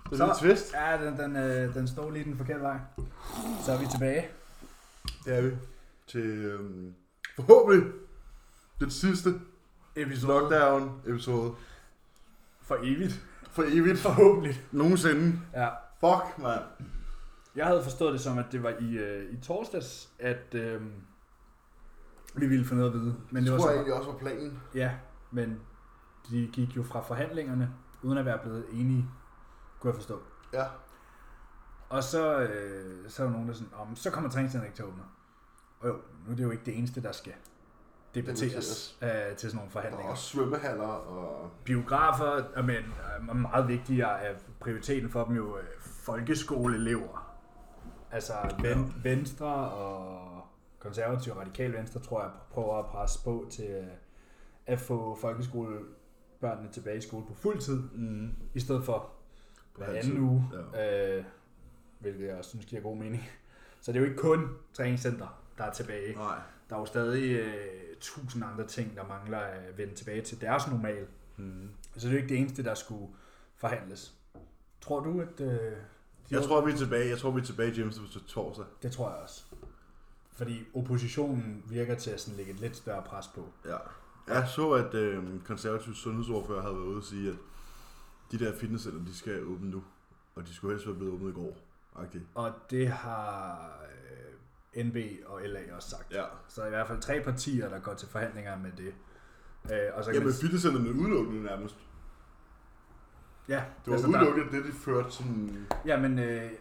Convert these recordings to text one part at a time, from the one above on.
Det er en twist. Ja, den står lige den forkerte vej. Så er vi tilbage. Det er vi. Til forhåbentlig den sidste lockdown-episode. For evigt. For evigt. Forhåbentlig. Nogensinde. Ja. Fuck, mand. Jeg havde forstået det som, at det var i torsdags, at vi ville få noget at vide. Men det tror var jeg egentlig også var planen. Ja, men de gik jo fra forhandlingerne, uden at være blevet enige, kunne jeg forstå. Ja. Og så er der nogen, der sådan, så kommer træningscenteret ikke til at åbne. Og jo, nu er det jo ikke det eneste, der skal debatteres til sådan nogle forhandlinger. Og svømmehaller og... Biografer, men meget vigtigere er prioriteten for dem jo folkeskoleelever. Altså Venstre og konservative og radikal Venstre, tror jeg, prøver at presse på til at få folkeskolebørnene tilbage i skole på fuld tid, i stedet for hver anden uge, hvilket jeg synes giver god mening. Så det er jo ikke kun træningscenter, der er tilbage. Nej. Der er jo stadig 1000 andre ting, der mangler at vende tilbage til deres normal. Så det er jo ikke det eneste, der skulle forhandles. Tror du, at... Jeg tror, vi er tilbage, James, til torsdag. Det tror jeg også. Fordi oppositionen virker til at sådan lægge et lidt større pres på. Ja. Jeg så, at konservative sundhedsordfører havde været ude og sige, at de der fitnesscenter, de skal åbne nu. Og de skulle helst være blevet åbnet i går. -agtigt. Og det har NB og LA også sagt. Ja. Så i hvert fald 3 partier, der går til forhandlinger med det. Og så men fitnesscenterne udelukkende nærmest. Ja. Det var altså udelukket det, de førte sådan... Ja, men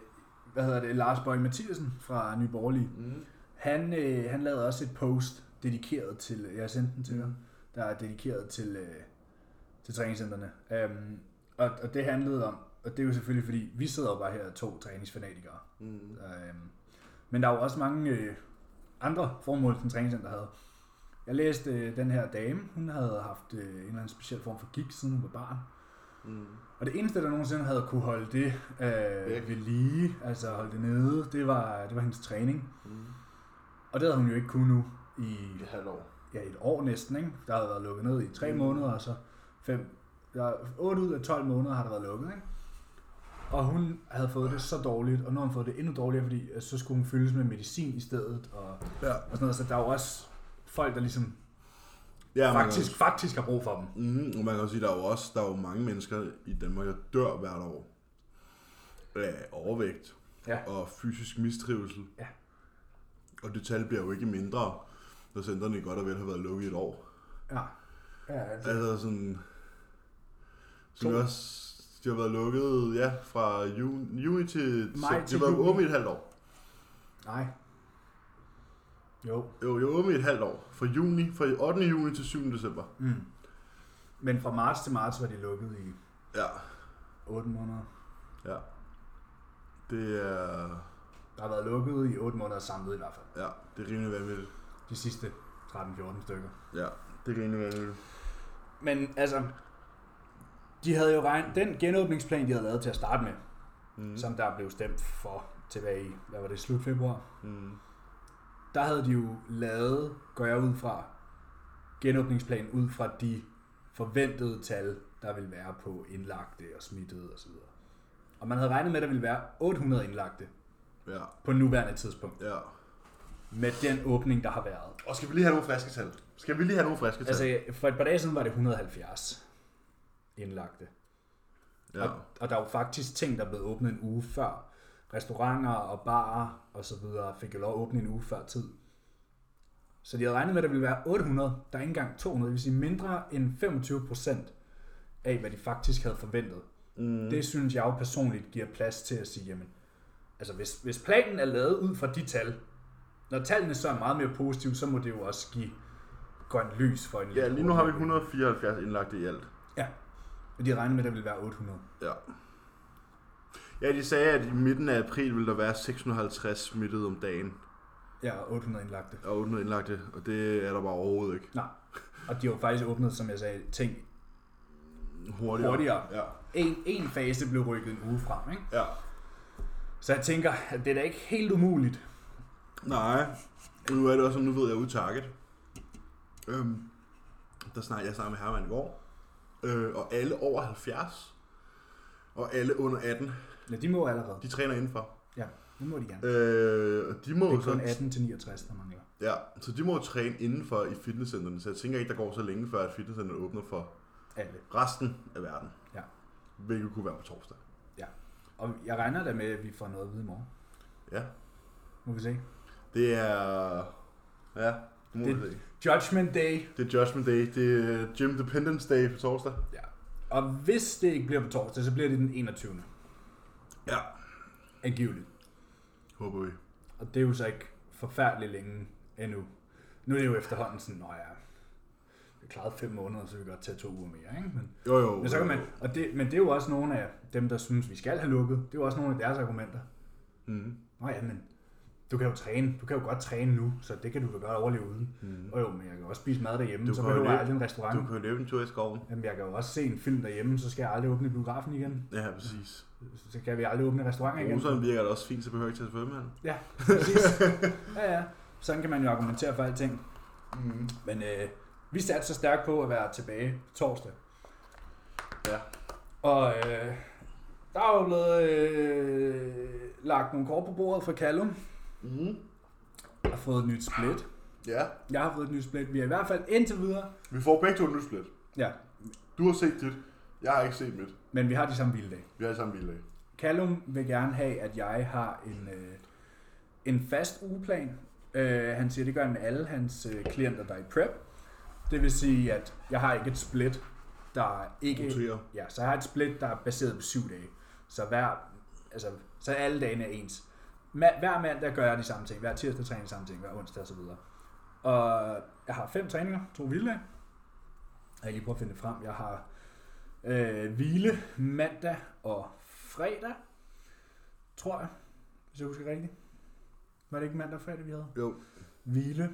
Lars Boje Mathiasen fra Nye Borgerlige, han lavede også et post dedikeret til, jeg sendte den til ham, der er dedikeret til træningscenterne. Og det handlede om, og det er jo selvfølgelig fordi, vi sidder jo bare her 2 træningsfanatikere. Men der er jo også mange andre formål, som træningscenter havde. Jeg læste den her dame, hun havde haft en eller anden speciel form for gigt, siden hun var barn. Og det eneste, der nogensinde havde kunne holde det ved lige, altså holde det nede, det var hendes træning. Og det havde hun jo ikke kunnet nu i et halvt år. Ja, et år næsten, ikke? Der havde været lukket ned i 3 måneder, og så 8 ud af 12 måneder har der været lukket, ikke? Og hun havde fået det så dårligt, og nu har hun fået det endnu dårligere, fordi så skulle hun fyldes med medicin i stedet, og sådan noget. Så der er jo også folk, der ligesom faktisk har brug for dem. Og man kan også sige, der er jo mange mennesker i Danmark, der dør hvert år af overvægt og fysisk mistrivsel. Ja. Og det tal bliver jo ikke mindre, når centrene godt og vel har været lukket i et år. Ja. Altså sådan... Som også... De har været lukket, fra juni til... Maj til de har været åbne i et halvt år. Nej. Jo, åbne i et halvt år. Fra 8. juni til 7. december. Men fra marts til marts var de lukket i 8 måneder. Ja. Det er... Der har været lukket i 8 måneder samlet i hvert fald. Ja, det er rimelig vanvittigt. De sidste 13-14 stykker. Ja, det er rimelig vanvittigt. Men altså, de havde jo den genåbningsplan, de havde lavet til at starte med, som der blev stemt for tilbage i, hvad var det, slut februar? Der havde de jo lavet, går jeg ud fra, genåbningsplanen ud fra de forventede tal, der ville være på indlagte og smittede osv. Og man havde regnet med, at der ville være 800 indlagte på nuværende tidspunkt. Ja. Med den åbning, der har været. Og skal vi lige have nogle friske tal? Altså, for et par dage siden var det 170 indlagte. Ja. Og der er jo faktisk ting, der er blevet åbnet en uge før. Restauranter og barer og så videre fik jo lov at åbne en uge før tid. Så de havde regnet med, at der ville være 800. Der er ikke engang 200. Det vil sige mindre end 25% af, hvad de faktisk havde forventet. Det synes jeg jo personligt giver plads til at sige, jamen, altså hvis planen er lavet ud fra de tal, når tallene så er meget mere positive, så må det jo også give grønt lys for en... Ja, lige nu har vi 174 indlagte i alt. Ja, og de regner med, at der vil være 800. Ja. Ja, de sagde, at i midten af april vil der være 650 smittede om dagen. Ja, 800 indlagte. Og 800 indlagte, og det er der bare overhovedet ikke. Nej, og de har jo faktisk åbnet, som jeg sagde, ting hurtigere. Ja. En fase blev rykket en uge frem, ikke? Ja. Så jeg tænker, at det er da ikke helt umuligt. Nej, nu er det også, nu ved jeg ude Target. Jeg snakkede med Herman i går, og alle over 70 Og alle under 18. Ja, de må allerede. De træner indenfor. Ja, det må de gerne. De må det er kun 18 til 69, der mangler. Ja, så de må træne indenfor i fitnesscentrene, så jeg tænker ikke, der går så længe før, at fitnesscenterne åbner for alle. Resten af verden. Ja. Hvilket kunne være på torsdag. Ja, og jeg regner da med, at vi får noget at vide i morgen. Ja. Må vi se. Det er... Ja, det er Judgment Day. Det er Judgment Day. Det er Gym Dependence Day på torsdag. Ja. Og hvis det ikke bliver på torsdag, så bliver det den 21. Ja. Angiveligt. Håber vi. Og det er jo så ikke forfærdeligt længe endnu. Nu er det jo efterhånden sådan, vi har klaret 5 måneder, så vi kan godt tage 2 uger mere, ikke? Men, jo. Men, så kan man, men det er jo også nogle af dem, der synes, vi skal have lukket. Det er jo også nogle af deres argumenter. Mm. Men du kan jo træne. Du kan jo godt træne nu, så det kan du jo godt overleve uden. Mm. Og men jeg kan også spise mad derhjemme, så behøver jeg aldrig en restaurant. Du kan jo løbe en tur i skoven. Jamen, jeg kan jo også se en film derhjemme, så skal jeg aldrig åbne biografen igen. Ja, præcis. Så kan vi aldrig åbne restauranter igen. Ruseren virker det også fint, så behøver jeg ikke tage svømmehallen. Ja, præcis. Ja. Sådan kan man jo argumentere for alting. Mm. Men vi satte så stærkt på at være tilbage torsdag. Ja. Og der er jo blevet lagt nogle kort på bordet fra Callum. Mm. Jeg har fået et nyt split. Ja. Jeg har fået et nyt split. Vi er i hvert fald indtil videre. Vi får begge to et nyt split. Ja. Du har set dit. Jeg har ikke set mit. Men vi har de samme hviledage. Vi har de samme hviledage. Callum vil gerne have, at jeg har en fast ugeplan. Han siger, det gør han med alle hans klienter, der er i prep. Det vil sige, at jeg har ikke et split, der ikke... Roterer. Ja, så jeg har et split, der er baseret på 7 dage. Så alle dagene er ens. Hver mandag gør jeg de samme ting. Hver tirsdag træner jeg de samme ting. Hver onsdag og så videre. Og jeg har 5 træninger, 2 hviledage. Jeg lige prøve at finde det frem. Jeg har hvile mandag og fredag, tror jeg, hvis jeg husker rigtigt. Var det ikke mandag og fredag, vi havde? Jo. Hvile.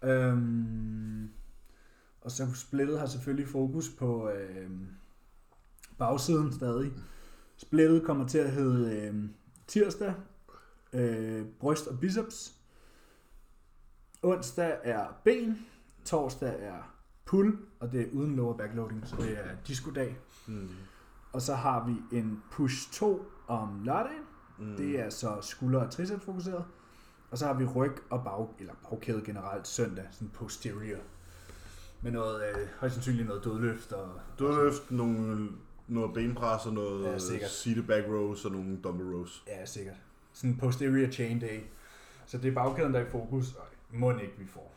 Og så splittet har selvfølgelig fokus på bagsiden stadig. Splittet kommer til at hedde tirsdag, bryst og biceps. Onsdag er ben. Torsdag er pull, og det er uden lower backloading, så det er disco-dag. Mm. Og så har vi en push 2 om lørdagen. Mm. Det er så skulder og triceps fokuseret. Og så har vi ryg og bagkæde generelt søndag, sådan posterior. Med noget, højst sandsynligt noget dødløft. Dødløft, noget benpres og noget seated back rows og nogle dumbbell rows. Ja, sikkert. Sådan en posterior chain day. Så det er bagkæden, der er i fokus, og må ikke vi får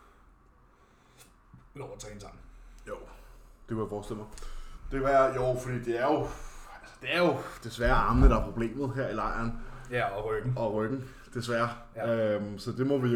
lov at træne sammen. Jo, det kunne jeg forestille mig. Det var fordi det er jo desværre armene, der er problemet her i lejren. Ja, og ryggen. Desværre. Ja. Så det må vi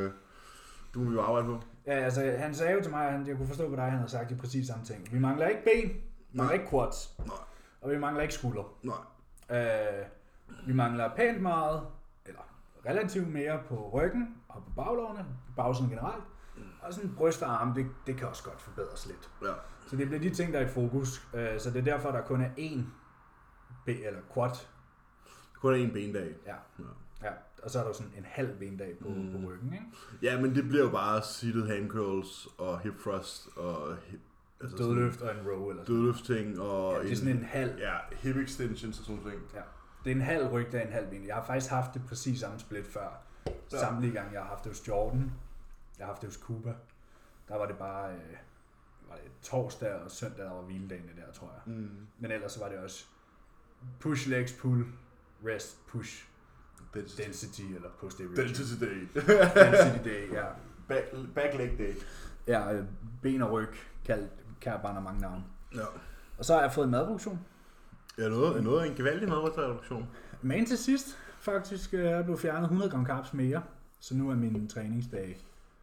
jo arbejde på. Ja, altså han sagde jo til mig, at jeg kunne forstå på dig, han havde sagt de præcis samme ting. Vi mangler ikke ben, vi mangler ikke quads, og vi mangler ikke skulder. Nej. Vi mangler pænt meget, eller relativt mere på ryggen og på baglårene, på bagsiden generelt. Og sådan bryst og arme, det kan også godt forbedres lidt. Ja. Så det bliver de ting, der er i fokus. Så det er derfor, der kun er én eller quad. Kun er én bendag. Ja. Og så er der sådan en halv bendag på ryggen, ikke? Ja, men det bliver jo bare seated hand curls og hip thrust og dødløft og en row eller sådan. Dødløftting og det er sådan en halv. Ja, hip extensions og sådan ting. Ja. Det er en halv rygdag og en halv ben. Jeg har faktisk haft det præcis samme split før. Samtlige gange jeg har haft det hos Jordan. Jeg har haft det hos Cuba. Der var det bare torsdag og søndag, der var hviledagene der, tror jeg. Mm. Men ellers så var det også push legs, pull, rest, push, density eller posterior. Density day. Density day, ja. Back leg day. Ja, ben og ryg, kaldt bare mange navne. Ja. Og så har jeg fået en madreduktion. Ja, noget af en gevaldig madreduktion. Men til sidst, faktisk, jeg blev fjernet 100 gram carbs mere. Så nu er min træningsdag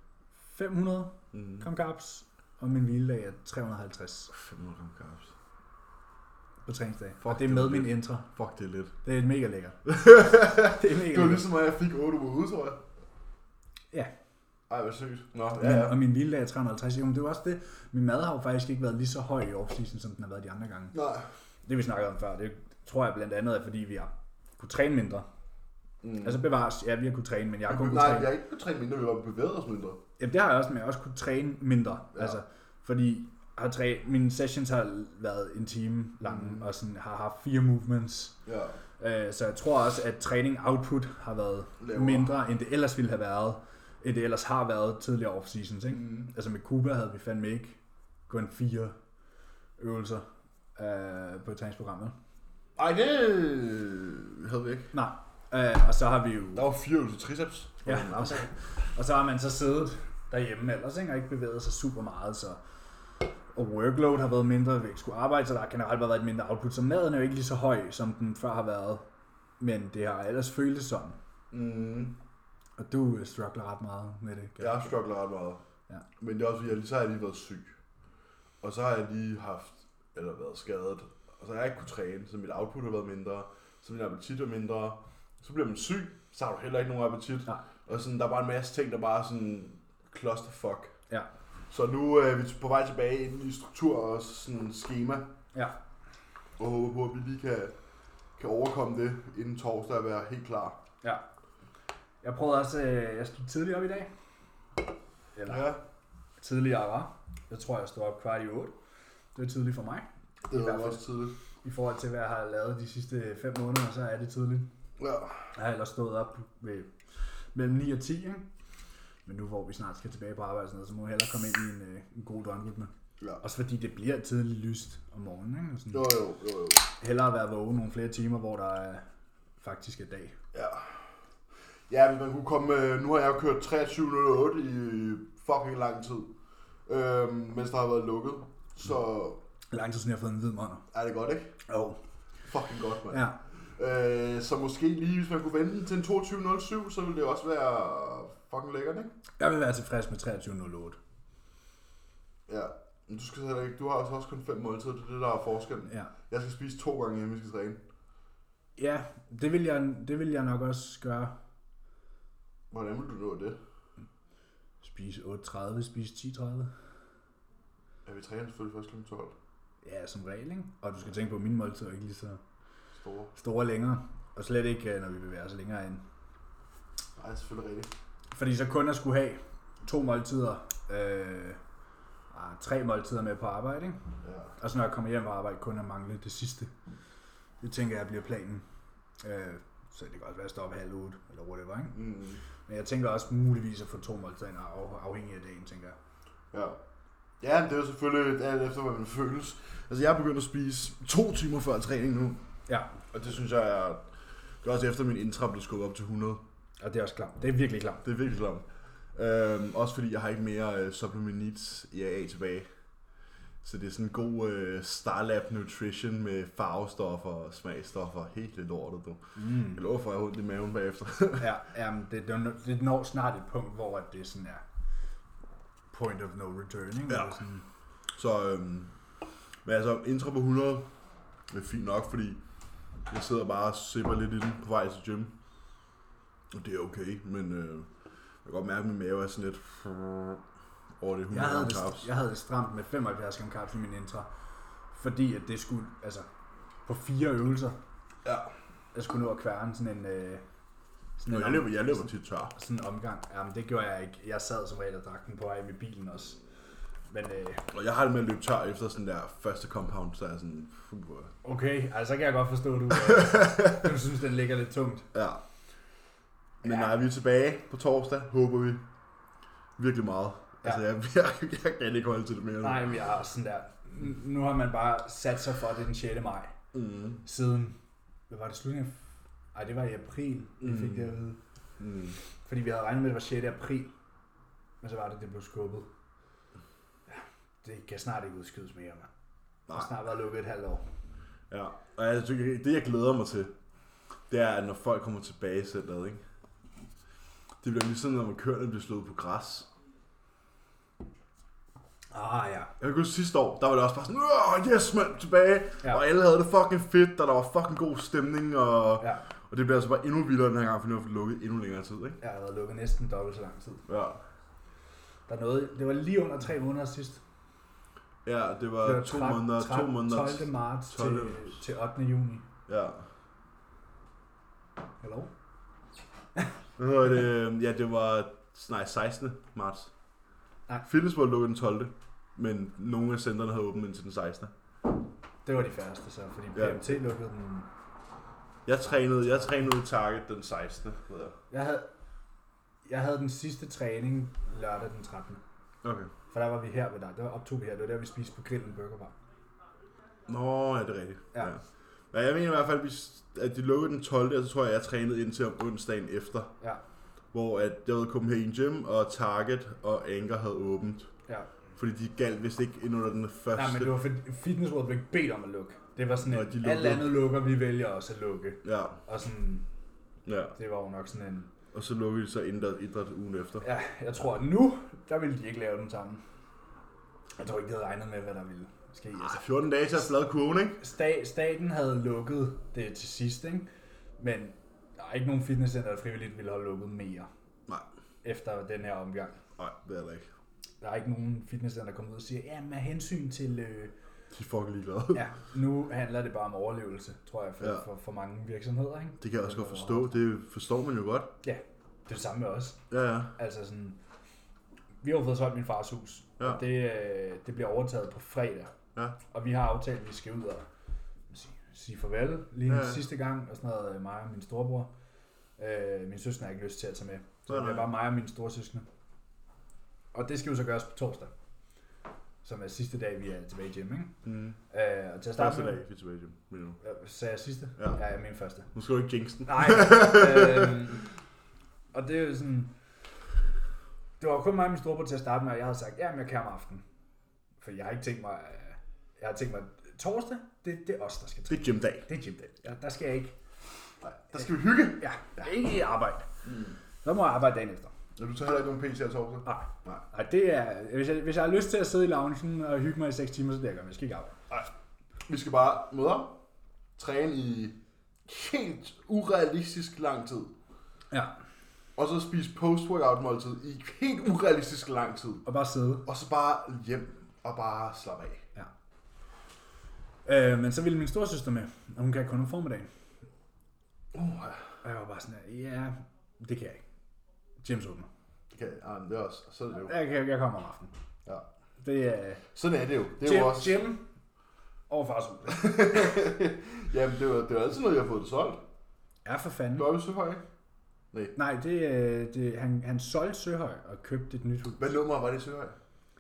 500 gram carbs, og min hviledag er 350. 500 gram carbs. På træningsdag. Og det er med min intra. Fuck, det er lidt. Det er mega lækkert. Det er mega det var ligesom, at jeg fik 8 uger ude, tror jeg. Ja. Ej, hvad sygt. Nå, ja. Og min hviledag er 350. Men det var også det. Min mad har jo faktisk ikke været lige så høj i off-season, som den har været de andre gange. Nej. Det vi snakkede om før, det tror jeg blandt andet er, fordi vi har kunne træne mindre. Altså bevares, ja, vi har kunne træne, men jeg har kun kunne træne. Nej, jeg har ikke kunne træne mindre, vi har bevæget os mindre. Jamen det har jeg også, men jeg har også kunne træne mindre. Ja. Altså, fordi mine sessions har været en time lange, og sådan har haft 4 movements. Ja. Så jeg tror også, at træning output har været mindre, end det ellers ville have været, end det ellers har været tidligere off-seasons, ikke? Altså med Cuba havde vi fandme ikke kun 4 øvelser på træningsprogrammet. Ej, det havde vi ikke. Nej. Og så har vi jo... Der var 4 øvelser triceps. Ja, og så har man så siddet derhjemme ellers, ikke? Og ikke bevæget sig super meget, så... Og workload har været mindre, vi ikke skulle arbejde, så der har generelt været et mindre output. Så maden er jo ikke lige så høj, som den før har været. Men det har ellers føltes sådan. Og du struggler ret meget med det. Jeg struggler ret meget. Ja. Men det er også fordi, så har jeg lige været syg. Og så har jeg lige været skadet. Og så har jeg ikke kunnet træne, så mit output har været mindre. Så min appetit er mindre. Så bliver man syg, så har du heller ikke nogen appetit. Nej. Og sådan, der er bare en masse ting, der bare sådan clusterfuck. Ja. Så nu er vi på vej tilbage ind i struktur og sådan schema. Ja. Og håber på, at vi lige kan overkomme det inden torsdag og være helt klar. Ja. Jeg prøvede også, jeg stod tidligere op i dag. Eller tidligere var. Jeg tror, jeg stod op 7:15. Det var tidligt for mig. Det var også tidligt. I forhold til, hvad jeg har lavet de sidste 5 måneder, så er det tidligt. Ja. Jeg har ellers stået op ved mellem 9 og 10, ikke? Men nu hvor vi snart skal tilbage på arbejde, så må jeg hellere komme ind i en god døgnrytme. Ja. Også fordi det bliver tidligt lyst om morgenen, ikke? Sådan, Jo. Hellere være vågen nogle flere timer, hvor der er faktisk et dag. Ja. Ja, hvis man kunne komme... Nu har jeg jo kørt 23.08 i fucking lang tid. Mens der har været lukket. Så... Lang tid siden jeg har fået en hvid måneder. Er det godt, ikke? Jo. Fucking godt, mand. Ja. Så måske lige, hvis man kunne vente til en 22.07, så ville det også være fucking lækkert, ikke? Jeg vil være tilfreds med 23.08. Ja, men du har også kun 5 måltider, det er det, der er forskellen. Ja. Jeg skal spise 2 gange hjemme, vi skal træne. Ja, det vil jeg nok også gøre. Hvordan vil du nå det? Spise 8.30, spise 10.30. Ja, vi træner selvfølgelig først kl. 12. Ja, som regel, ikke? Og du skal tænke på, at mine måltider er ikke lige så store længere. Og slet ikke, når vi bevæger os længere ind. Nej, selvfølgelig rigtigt. Fordi så kun at skulle have 2 måltider, 3 måltider med på arbejde, ikke? Ja. Og så når jeg kommer hjem fra arbejde, kun at mangle det sidste. Det tænker jeg bliver planen. Så det kan også være at stoppe 7:30 eller whatever, ikke? Men jeg tænker også muligvis at få 2 måltider afhængig af dagen, tænker jeg. Ja. Ja, det er jo selvfølgelig alt efter, hvad man føles. Altså, jeg er begyndt at spise 2 timer før træning nu. Ja. Og det synes jeg er... Det er også efter min intra blev skubbet op til 100. Og det er også klamt. Det er virkelig klamt. Det er virkelig klamt. Også fordi jeg har ikke mere supplement needs i AA tilbage. Så det er sådan en god Starlab Nutrition med farvestoffer og smagstoffer. Helt lidt lortet, du. Jeg lover for, at jeg har ondt i maven bagefter. Ja, men det når snart et punkt, hvor det sådan er point of no return, ikke? Ja. Sådan... Så, men altså, intro på 100 er fint nok, fordi jeg sidder bare og sipper lidt i den på vej til gym. Og det er okay, men jeg kan godt mærke, at min mave er sådan lidt over det 100 gram carbs. Jeg havde det stramt med 75 gram carbs i min intra, fordi at det skulle, altså på 4 øvelser, jeg skulle nå at kværne sådan en... Jeg løber tit tør. Sådan en omgang. Jamen det gjorde jeg ikke. Jeg sad som regel og drak den på vej med bilen også. Men, og jeg har det med at løbe tør efter sådan der første compound, så er jeg sådan... Okay, altså så kan jeg godt forstå, at du synes, den ligger lidt tungt. Ja. Men nej, vi er tilbage på torsdag, håber vi. Virkelig meget. Ja. Altså, jeg kan ikke holde til det mere. Nej, men jeg er også sådan der. Nu har man bare sat sig for, det den 6. maj. Siden, hvad var det, slutningen? Ej, det var i april, vi fik det at vide. Fordi vi havde regnet med, at det var 6. april. Men så var det blev skubbet. Ja, det kan snart ikke udskydes mere, man. Det har snart været lukket et halvt år. Ja, og jeg synes, det jeg glæder mig til, det er, at når folk kommer tilbage i centret, ikke? Det bliver ligesom, når man kører, det bliver slået på græs. Ja. Jeg kan huske sidste år, der var det også bare sådan, yes mand, tilbage. Ja. Og alle havde det fucking fedt, og der var fucking god stemning, og det bliver altså bare endnu vildere den her gang, for nu har vi lukket endnu længere tid, ikke? Ja, jeg har lukket næsten dobbelt så lang tid. Ja. Det var lige under 3 måneder sidst. Ja, det var 2 måneder. 12. marts til 8. juni. Ja. Hallo? Hvad hedder det? Ja, det var 16. marts. Nej. Fitness var lukket den 12. Men nogle af centerne havde åbent indtil den 16. Det var de færreste så, fordi PMT lukkede den. Jeg trænede i Target den 16. Jeg havde den sidste træning lørdag den 13. Okay. For der var vi her ved dig. Der optog vi her. Det var der, vi spiste på Grillen Burger Bar. Nå, ja, det er rigtigt. Ja. Men jeg mener i hvert fald, at de lukkede den 12. Og så tror jeg trænede indtil om onsdagen efter. Ja. Hvor at jeg ved Copenhagen Gym og Target og Anchor havde åbent. Ja. Fordi de galt vist ikke ind under den første. Nej, men det var for Fitness World blev ikke bedt om at lukke. Det var sådan, at alt andet lukker, vi vælger også at lukke. Ja. Og sådan, ja. Det var jo nok sådan en... Og så lukkede de så idræt ugen efter. Ja, jeg tror, at nu, der ville de ikke lave den samme. Jeg tror ikke, de havde regnet med, hvad der ville ske. 14 dage til at flade kurven, ikke? Staten havde lukket det til sidst, ikke? Men der er ikke nogen fitnesscenter, der frivilligt ville have lukket mere. Nej. Efter den her omgang. Nej, det er der ikke. Der er ikke nogen fitnesscenter, der kommer ud og siger, ja, med hensyn til... De er fucking ligeglade. Ja, nu handler det bare om overlevelse, tror jeg, for mange virksomheder, ikke? Det kan jeg også godt forstå. Det forstår man jo godt. Ja, det er det samme med os. Ja. Altså sådan... Vi har jo fået solgt min fars hus, og det bliver overtaget på fredag. Ja. Og vi har aftalt, at vi skal ud og sige farvel lige sidste gang, og sådan noget, mig og min storebror. Min søster har ikke lyst til at tage med. Så det bliver bare mig og min storesøskende. Og det skal jo så gøres på torsdag, som er sidste dag, vi er tilbage i gym, ikke? Mm. Og til at starte første dag, vi er tilbage i gym. Sagde jeg sidste? Ja. Ja, jeg min første. Nu skal du ikke jinx den. Nej. Og det er jo sådan... Det var kun mig og min storebror til at starte med, og jeg havde sagt, men jeg kan om aftenen. For jeg har ikke tænkt mig... Jeg har tænkt mig, torsdag, det er os, der skal til. Det er gymdag. Det er gymdag. Ja, der skal jeg ikke... Nej, der skal vi hygge. Ja, ikke i arbejde. Så må jeg arbejde dagen efter. Og du tager heller ikke nogen PC af torsdag? Nej, det er... Hvis jeg har lyst til at sidde i loungen og hygge mig i 6 timer, så det gør jeg. Jeg skal ikke arbejde. Nej. Vi skal bare møde op, træne i helt urealistisk lang tid. Ja. Og så spise post-workout måltid i helt urealistisk lang tid. Og bare sidde. Og så bare hjem og bare slappe af. Ja. Men så ville min storesøster med, og hun kan kun om formiddagen. Og jeg var bare sådan her, ja, det kan jeg ikke. James åbner. Det kan jeg, det er også. Så er det jo. Jeg kommer om aftenen. Ja. Det er... Sådan er det jo. Det er jo også... Jim over farshus. Jamen, det er altid noget, jeg har fået det solgt. Ja, for fanden. Du er jo Søhøj, ikke? Nej, han solgte Søhøj og købte et nyt hus. Hvad nummer var det i Søhøj?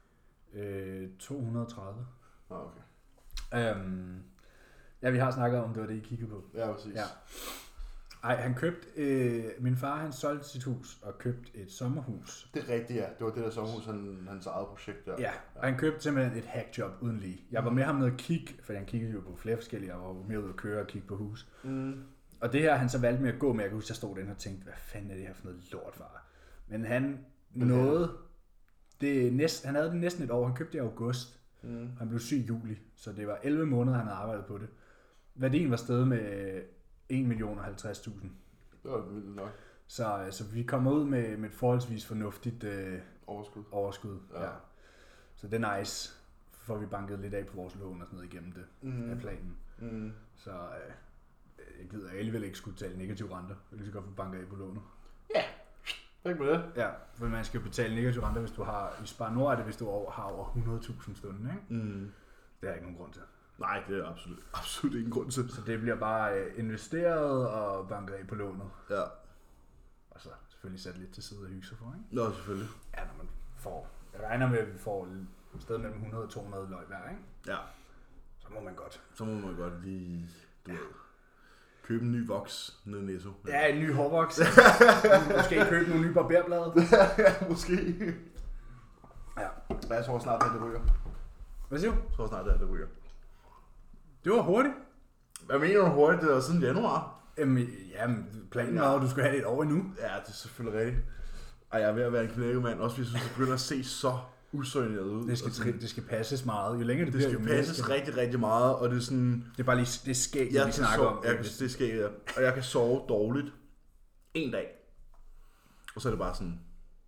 230. Okay. Ja, vi har snakket om, det var det, I kiggede på. Ja, præcis. Ja. Ej, han købte... min far, han solgte sit hus og købte et sommerhus. Det er rigtigt, ja. Det var det der sommerhus, hans eget projekt der. Ja, og han købte simpelthen et hackjob uden lige. Jeg var med ham nede og kigge, for han kiggede jo på flere forskellige, og var mere ude at køre og kigge på hus. Mm. Og det her, han så valgte med at gå med, jeg kan huske, jeg stod den og tænkte, hvad fanden er det her for noget lort, far? Men han nåede... Han havde det næsten et år. Han købte det i august. Han blev syg i juli, så det var 11 måneder, han havde arbejdet på det. Værdien var steget med 1.050.000. Det var vildt nok. Så vi kommer ud med et forholdsvis fornuftigt overskud. Ja. Så det er nice, for vi bankede lidt af på vores lån og sådan noget igennem det af planen. Mm. Så jeg gider alligevel ikke skulle betale negativ renter. Jeg kan så godt få banket af på lånet. Ja, ikke med det. Ja, for man skal betale negativ renter, hvis du har, i Spar Nord er det, hvis du har over 100.000 stunden, ikke? Mm. Det er ikke nogen grund til. Nej, det er absolut ingen grund til. Så det bliver bare investeret og banket af på lånet. Ja. Og så selvfølgelig sat lidt til side og hygge sig for, ikke? Nå, selvfølgelig. Ja, når man får... Jeg regner med, at vi får et sted mellem 100 og 200 løg hver, ikke? Ja. Så må man godt. Så må man godt lige... Købe en ny voks nede i Netto. Ja, en ny hårvoks. Måske købe nogle nye barberblade. Ja, måske. Ja. Jeg tror snart, det ryger. Hvad siger du? Jeg tror snart, det ryger. Det var hurtigt. Hvad mener du hurtigt? Det var siden januar. Jamen, planen var, at du skulle have det et år endnu. Ja, det er selvfølgelig rigtigt. Ej, jeg er ved at være en knækkemand. Også hvis du begynder at se så usøgnet ud. Det skal passes meget. Jo længere det bliver, skal passes rigtig, rigtig meget. Og det er sådan... Det er bare lige det skæg, vi snakker om. Det er skæg, ja. Og jeg kan sove dårligt en dag. Og så er det bare sådan...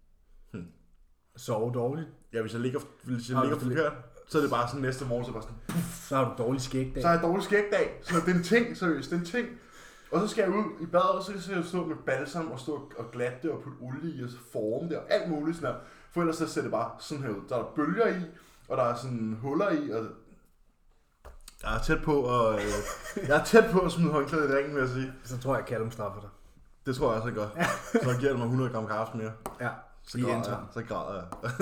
Sove dårligt? Ja, hvis jeg ligger forkert, så er det bare sådan næste morgen, så er det bare sådan... Så har du dårlig skægdag. Så har jeg dårlig skægdag. Så det er en ting, seriøst. Det er en ting. Og så skal jeg ud i badet, og så skal jeg stå med balsam og stå og glatte det og putte olie i og så forme det og alt muligt sådan her. For ellers så ser det bare sådan her ud. Der er bølger i, og der er sådan huller i, og jeg er tæt på at smide håndklædet i ringen, vil jeg sige. Så tror jeg, at Callum straffer dig. Det tror jeg også, han gør. Så giver han mig 100 gram kaffe mere. Ja. Så græder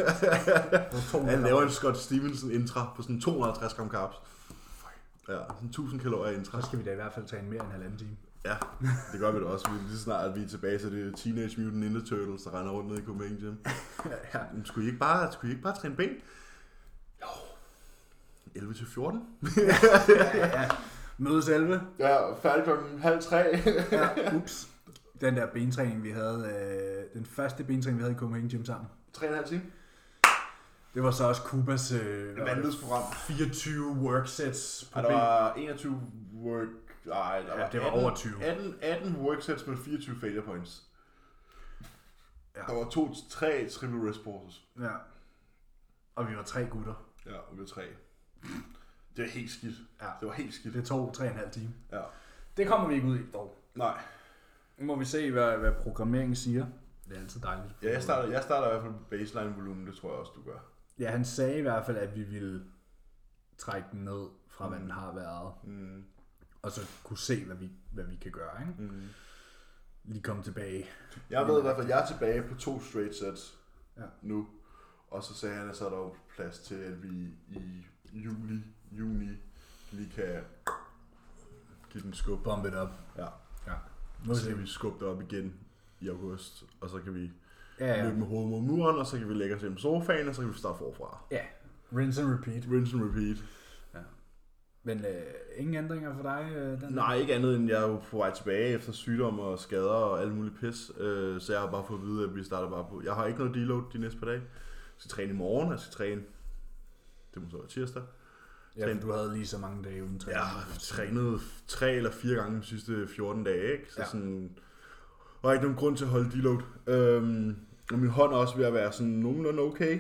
jeg. Han laver en Scott Stevenson intra på sådan 250 gram carbs. Ja, sådan 1000 kalorier intra. Så skal vi da i hvert fald træne mere end 1,5 time. Ja, det gør vi da også. Lige snart vi er tilbage til det Teenage Mutant Ninja Turtles, der render rundt nede i Copenhagen Gym. Ja. Skulle I ikke bare træne ben? Jo. 11 til 14. Ja. Mødes 11. Ja, færdig klokken 2:30. Ja, ups. Den der bentræning, vi havde, den første bentræning, vi havde i Copenhagen Gym sammen. 3,5 timer. Det var så også Kubas vanvidsprogram. 24 worksets på der var 21 work... Nej, det var over 20. 18 worksets med 24 failure points. Ja. Der var 3 triple wrist pulses. Ja. Og vi var 3 gutter. Ja, og vi var 3. Det var helt skidt. Ja. Det var helt skidt. Det tog 3,5 timer. Ja. Det kommer vi ikke ud i dog. Nej. Nu må vi se, hvad programmeringen siger. Det er altid dejligt. Ja, jeg starter i hvert fald på baseline volumen, det tror jeg også, du gør. Ja, han sagde i hvert fald, at vi ville trække den ned fra, hvad den har været. Mm. Og så kunne se, hvad vi kan gøre, ikke? Mm. Lige komme tilbage. Jeg ved i hvert fald, at jeg er tilbage på 2 straight sets nu. Og så sagde han, at så er der jo plads til, at vi i juni lige kan give den skub. Bump it up. Ja. Nu så kan vi skubbe det op igen i august, og så kan vi løbe med hovedet mod muren, og så kan vi lægge os hjemme på sofaen, og så kan vi starte forfra. Ja, rinse and repeat. Ja. Men ingen ændringer for dig? Nej, ikke andet end jeg er jo på vej tilbage efter sygdom og skader og alt muligt pis, så jeg har bare fået at vide, at vi starter bare på. Jeg har ikke noget deload de næste par dage. Jeg skal træne i morgen, jeg skal træne, det må så være tirsdag. Ja, for du havde lige så mange dage uden træning. Jeg har trænet 3 eller 4 gange de sidste 14 dage, ikke? Så sådan, og ikke nogen grund til at holde deload. Og min hånd er også ved at være sådan nogenlunde okay.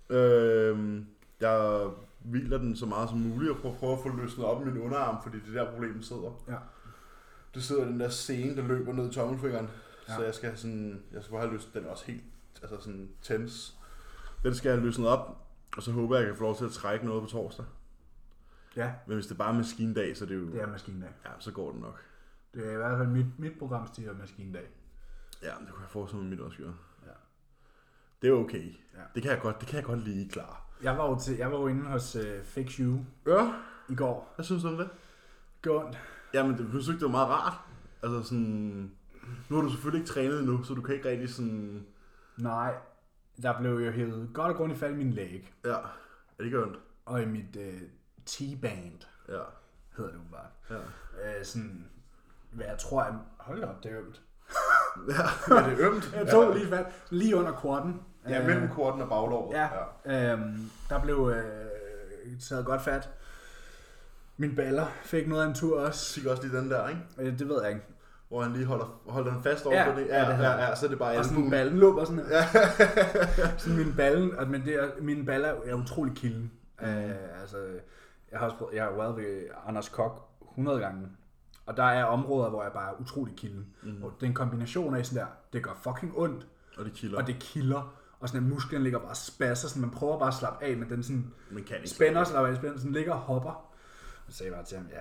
Jeg hviler den så meget som muligt og prøver at få løsnet op i min underarm, fordi det der problemet sidder. Ja. Det sidder den der sene, der løber ned i tommelfingeren. Ja. Så jeg skal bare have løsnet den også helt, altså sådan tens. Den skal jeg have løsnet op, og så håber jeg, at jeg kan få lov til at trække noget på torsdag. Ja. Men hvis det er bare maskindag, så det er jo... Det er maskindag. Ja, så går det nok. Det er i hvert fald mit programstil er maskindag. Ja, det kunne jeg forestille mig mit også gøre. Ja. Det er okay. Ja. Det kan jeg godt lige klare. Jeg var jo inde hos Fix You i går. Hvad synes du om det? Godt. Jamen, jeg synes ikke, det var meget rart. Altså sådan... Nu har du selvfølgelig ikke trænet endnu, så du kan ikke rigtig sådan... Nej, der blev jo hævet godt og grundigt fat i min læg. Ja, det gør ondt. Og i mit T-band. Ja. Hedder det jo bare. Ja. Sådan, hvad jeg tror er... Hold op, det er ømt. Ja, er det ømt? Jeg tog lige fat, lige under quaden. Ja, mellem quaden og baglåret. Ja. Der blev taget godt fat. Mine baller fik noget af en tur også. Fik også lige den der, ikke? Det ved jeg ikke. Hvor han lige holder den fast over på det. Ja, så er det bare og sådan ballen lå bare sådan her. Sådan min ballen, men mine baller er utrolig kilden. Altså, jeg har været ved Anders Kok 100 gange. Og der er områder, hvor jeg bare er utrolig kilden. Og det er en kombination af sådan der, det gør fucking ondt. Og det kilder. Og sådan at musklen ligger bare og spasser, sådan man prøver bare at slappe af, men den sådan spænder, sådan ligger og hopper. Og så sagde jeg bare til ham,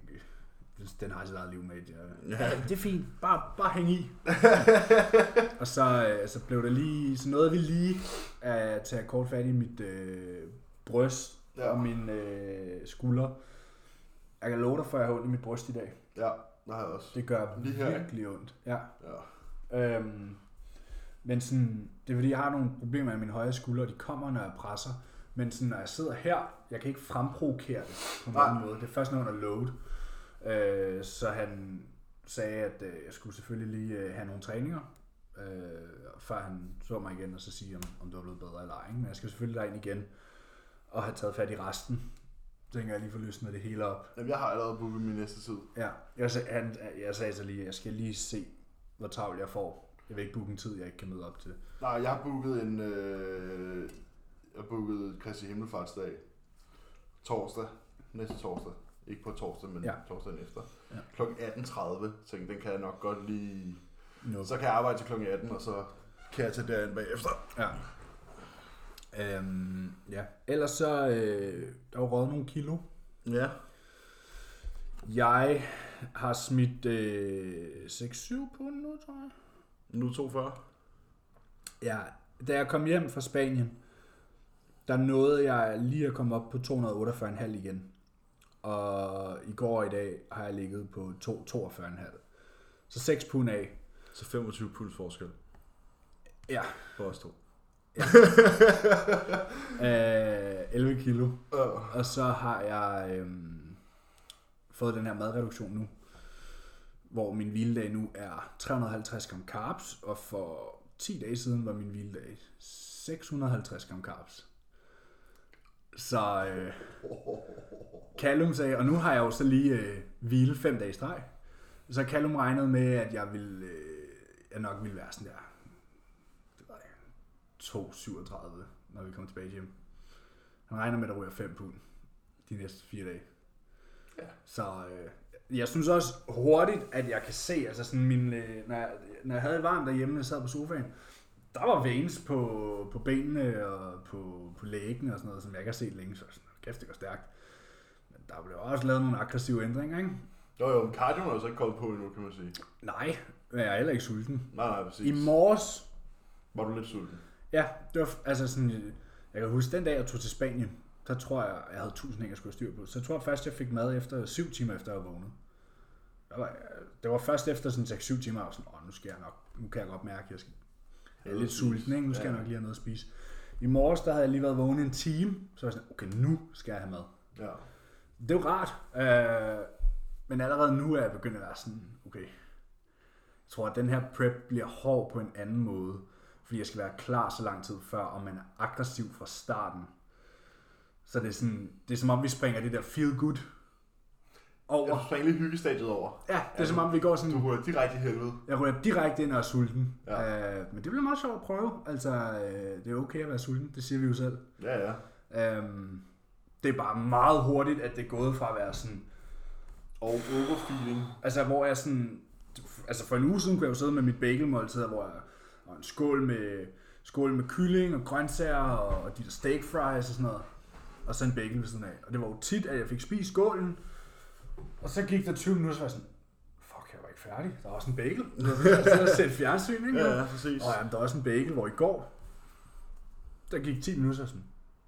den har sit eget liv med. Det er fint, bare hæng i. Og så blev det lige, så nåede vi lige at tage kort fat i mit bryst og min skulder. Jeg kan love dig, for jeg har ondt i mit bryst i dag. Ja, det har jeg også. Det gør virkelig ondt. Ja. Ja. Men sådan, det er fordi, jeg har nogle problemer med mine højre skulder, og de kommer, når jeg presser. Men sådan, når jeg sidder her, jeg kan ikke fremprovokere det på nogen måde. Det er først, når jeg er load. Så han sagde, at jeg skulle selvfølgelig lige have nogle træninger, før han så mig igen, og så sige, om det var blevet bedre eller ej. Men jeg skal selvfølgelig derind igen, og have taget fat i resten. Så tænker jeg lige få løsnet det hele op. Jamen, jeg har allerede booket min næste tid. Ja, jeg sagde så lige, jeg skal lige se, hvor travlt jeg får. Jeg vil ikke booke en tid, jeg ikke kan møde op til. Nej, jeg har booket Kristi Himmelfartsdag torsdag, næste torsdag. Ikke på torsdag, men torsdagen efter. Ja. Klokken 18.30, tænkte den kan jeg nok godt lige... Så kan jeg arbejde til klokken 18, og så kan jeg tage derind bagefter. Ja. Ja. Ellers så der er jo røget nogle kilo. Ja. Jeg har smidt 6-7 pund nu, tror jeg. Nu 42. Ja, da jeg kom hjem fra Spanien, der nåede jeg lige at komme op på 248,5 igen. Og i går og i dag har jeg ligget på 42,5. Så 6 pund af. Så 25 punds forskel. Ja. For os to. Ja. 11 kilo. Og så har jeg fået den her madreduktion nu, hvor min hviledag nu er 350 gram carbs, og for 10 dage siden var min hviledag 650 gram carbs. Så Callum sagde, og nu har jeg jo så lige hvile 5 dage i streg, så Callum regnede med, at jeg nok ville være sådan der 2,37, når vi kommer tilbage hjem. Han regner med, at der ryger 5 pund de næste 4 dage. Ja. Så jeg synes også hurtigt, at jeg kan se, altså sådan når jeg havde det varmt derhjemme, jeg sad på sofaen, der var veins på benene og på læggene og sådan noget, som jeg ikke har set længe, så sådan, kæft, det går stærkt. Men der blev også lavet nogle aggressive ændringer, ikke? Jo, men cardio er jo så ikke kommet på endnu, kan man sige. Nej, men jeg er heller ikke sulten. Nej, præcis. I morges var du lidt sulten? Ja, det var altså sådan, jeg kan huske den dag, jeg tog til Spanien, der tror jeg havde 1000 ting, jeg skulle styr på. Så jeg tror først, jeg fik mad efter 7 timer efter jeg var vågnet. Det var først efter sådan 6-7 timer, og sådan, nu kan jeg godt mærke, at jeg er lidt sulten, ikke? Nu skal jeg nok lige have noget at spise. I morges, der havde jeg lige været vågnet en time, så var jeg sådan, okay, nu skal jeg have mad. Ja. Det er jo rart, men allerede nu er jeg begyndt at være sådan, okay, jeg tror, at den her prep bliver hård på en anden måde, fordi jeg skal være klar så lang tid før, og man er aggressiv fra starten. Så det er som om vi springer det der feel good over. Du springer lige hyggestadiet over. Ja, det er som om vi går sådan. Du ryger direkte i helvede. Jeg ryger direkte ind og er sulten. Ja. Men det bliver meget sjovt at prøve. Altså, det er okay at være sulten, det siger vi jo selv. Ja. Det er bare meget hurtigt, at det er gået fra at være sådan overfeeling. Altså, hvor jeg sådan, altså for en uge siden kunne jeg jo sidde med mit bagelmåltid, hvor jeg og en skål med kylling og grøntsager og de der steak fries og sådan noget. Og så en bagel ved siden af. Og det var jo tit, at jeg fik spist skålen. Og så gik der 20 minutter, så var jeg sådan, fuck, jeg var ikke færdig. Der var også en bagel. Jeg sad og set fjernsyn, ikke? Ja, præcis. Og der var også en bagel, hvor i går, der gik 10 minutter sådan,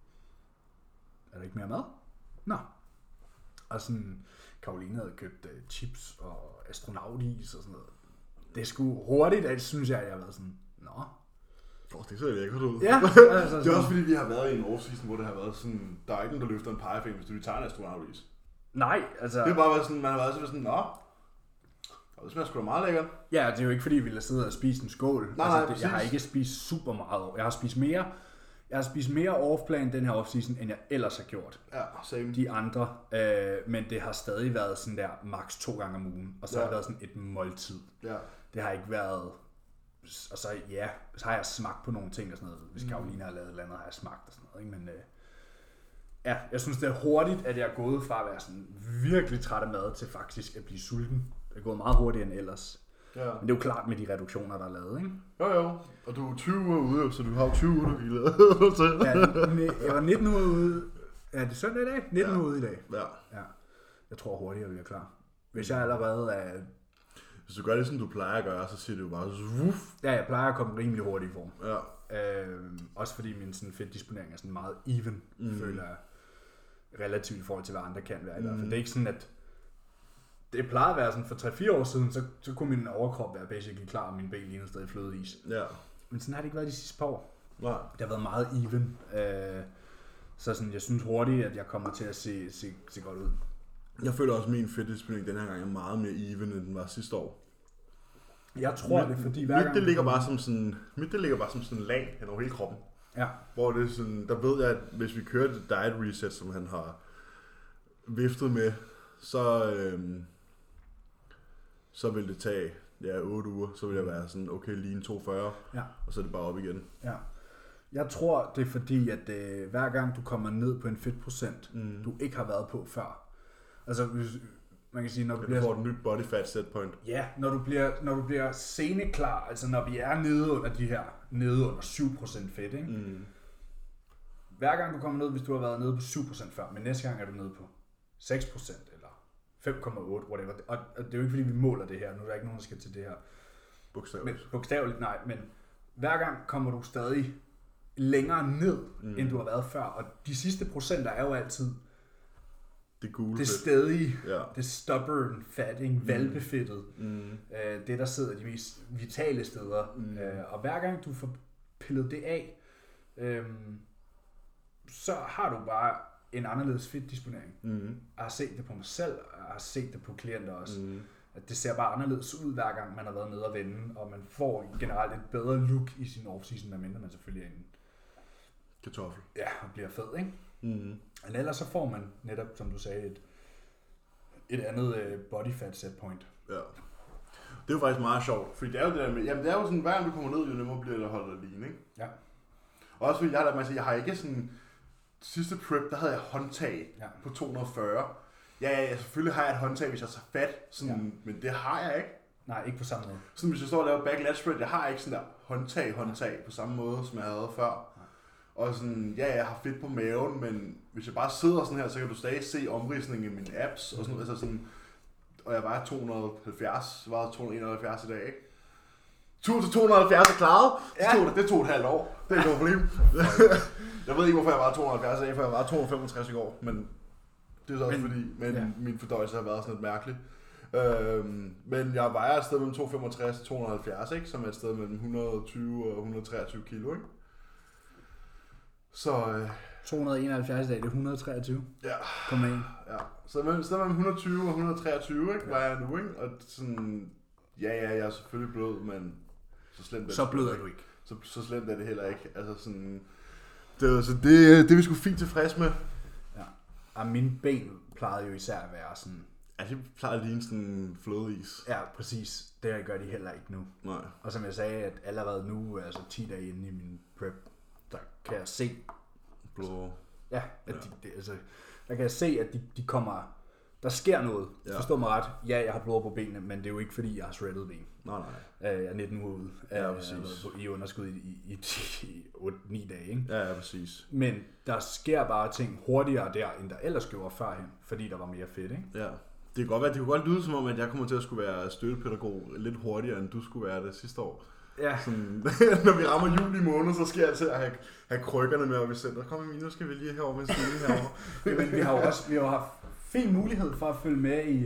er der ikke mere mad? Nå. Og sådan, Karoline havde købt chips og astronautis og sådan noget. Det er sgu hurtigt, at synes jeg har været sådan, nå. Det ser lækkert ud. Ja, altså, det er også fordi, vi har været i en off-season, hvor det har været sådan, der er ikke nogen, der løfter en pegefinger, hvis du vil tage en astronautis. Nej, altså. Det er bare sådan, man har været sådan, nå. Og det smager sgu da meget lækkert. Ja, det er jo ikke fordi, vi vil sidde og spise en skål. Nej, jeg har ikke spist super meget. Jeg har spist mere off-plan den her off-season, end jeg ellers har gjort. Ja, same. De andre. Men det har stadig været sådan der maks 2 gange om ugen. Og så har det været sådan et måltid. Ja. Det har ikke været. Og så har jeg smagt på nogle ting og sådan noget. Hvis Karoline har lavet et eller andet, har jeg smagt og sådan noget. Ikke? Men jeg synes det er hurtigt, at jeg er gået fra at være sådan virkelig træt af mad til faktisk at blive sulten. Det er gået meget hurtigere end ellers. Ja. Men det er jo klart med de reduktioner, der er lavet, ikke? Jo. Og du er 20 uger ude, så du har jo 20 uger, du kan lade. Ja, jeg var 19 uger ude. Ja, det er søndag i dag? 19 uger ude i dag. Ja. Jeg tror hurtigere, vi er klar. Hvis jeg allerede er. Hvis du gør det, som du plejer at gøre, så siger det jo bare så. Ja, jeg plejer at komme rimelig hurtigt i form. Ja. Også fordi min sådan fedtdisponering er sådan meget even, føler jeg. Relativt i forhold til, hvad andre kan være. I hvert fald. Det er ikke sådan, at det plejede at være sådan, for 3-4 år siden, så kunne min overkrop være basically klar, og min ben lignede stadig flødeis. Ja. Men sådan har det ikke været de sidste par år. Nej. Det har været meget even. Så sådan, jeg synes hurtigt, at jeg kommer til at se godt ud. Jeg føler også, at min fedtdisponering den her gang er meget mere even, end den var sidste år. Jeg tror det, fordi hver gang... Mit ligger bare som sådan en lag hen over hele kroppen. Ja. Hvor det er sådan, der ved jeg, at hvis vi kører det diet reset, som han har viftet med, så vil det tage 8 uger, så vil jeg være sådan, okay, lige en 240, og så er det bare op igen. Ja. Jeg tror, det er fordi, at hver gang du kommer ned på en fedtprocent, du ikke har været på før. Altså, man kan sige, når du får et nyt body fat set point. Ja, når du bliver seneklar, altså når vi er nede under 7% fedt, ikke? hver gang du kommer ned, hvis du har været nede på 7% før, men næste gang er du nede på 6% eller 5,8, whatever. Og det er jo ikke fordi, vi måler det her. Nu er der ikke nogen, der skal til det her. Bogstaveligt, nej. Men hver gang kommer du stadig længere ned, end du har været før. Og de sidste procenter er jo altid det gule det stedige, det stubborn fatting, valpefedtet. Det, der sidder de mest vitale steder. Og hver gang du får pillet det af, så har du bare en anderledes fedtdisponering. Jeg har set det på mig selv, og jeg har set det på klienter også. At det ser bare anderledes ud, hver gang man har været nede og vende, og man får generelt et bedre look i sin off-season, medmindre man selvfølgelig er en kartoffel. Ja, og bliver fed, ikke? Men ellers så får man netop, som du sagde, et andet body fat set point. Ja. Det er jo faktisk meget sjovt, fordi det er jo det der med, jamen det er jo sådan, hver gang du kommer ned, jo nemmere bliver det at holde dig lige, ikke? Ja. Og også fordi jeg har ikke sådan, sidste prep, der havde jeg håndtag på 240. Ja, selvfølgelig har jeg et håndtag, hvis jeg tager fat, sådan, men det har jeg ikke. Nej, ikke på samme måde. Sådan hvis jeg står og laver back lat spread, jeg har ikke sådan der håndtag på samme måde, som jeg havde før. Og sådan, jeg har fedt på maven, men hvis jeg bare sidder sådan her, så kan du stadig se omridsningen i mine abs, og sådan, altså sådan, og jeg var 270, var 271 i dag, ikke? Tur til 270 er klaret. Det tog et halvt år. Det er ikke noget problem. Jeg ved ikke, hvorfor jeg var 270 i dag, for jeg var 265 i går, men det er så også fordi, min fordøjelse har været sådan lidt mærkelig. Men jeg vejer et sted mellem 265 og 270, ikke? Som er et sted mellem 120 og 123 kilo, ikke? Så 271 i dag, det er 123. Ja. Kom med. Ja. Så mellem 120 og 123, ikke? Var jeg nu, ikke? Og sådan, jeg er selvfølgelig blød, men så slemt er det. Så blød er du ikke. Så slemt er det heller ikke. Altså sådan, det er vi sgu fint tilfreds med. Ja. Og mine ben plejede jo især at være sådan. Altså, det plejer at ligne sådan flødeis. Ja, præcis. Det gør de heller ikke nu. Nej. Og som jeg sagde, at allerede nu, altså 10 dage inde i min prep, der kan jeg se blå. Ja, at altså, der kan jeg se, at de kommer. Der sker noget. Ja. Forstå mig ret. Ja, jeg har blod på benene, men det er jo ikke fordi, jeg har shredded ben. Nej. Jeg er 19 uger ude. Ja, præcis. I underskud i 8-9 dage, ikke? Ja, præcis. Men der sker bare ting hurtigere der, end der ellers gjorde førhen, fordi der var mere fedt, ikke? Ja. Det kan godt være, det kunne godt lyde som om, at jeg kommer til at skulle være støttepædagog lidt hurtigere, end du skulle være det sidste år. Ja. Sådan, når vi rammer juli måned, så skal jeg til at have krykkerne med op i center. Kom Emil, nu skal vi lige herover med en stilling herovre. Men vi har jo haft fin mulighed for at følge med i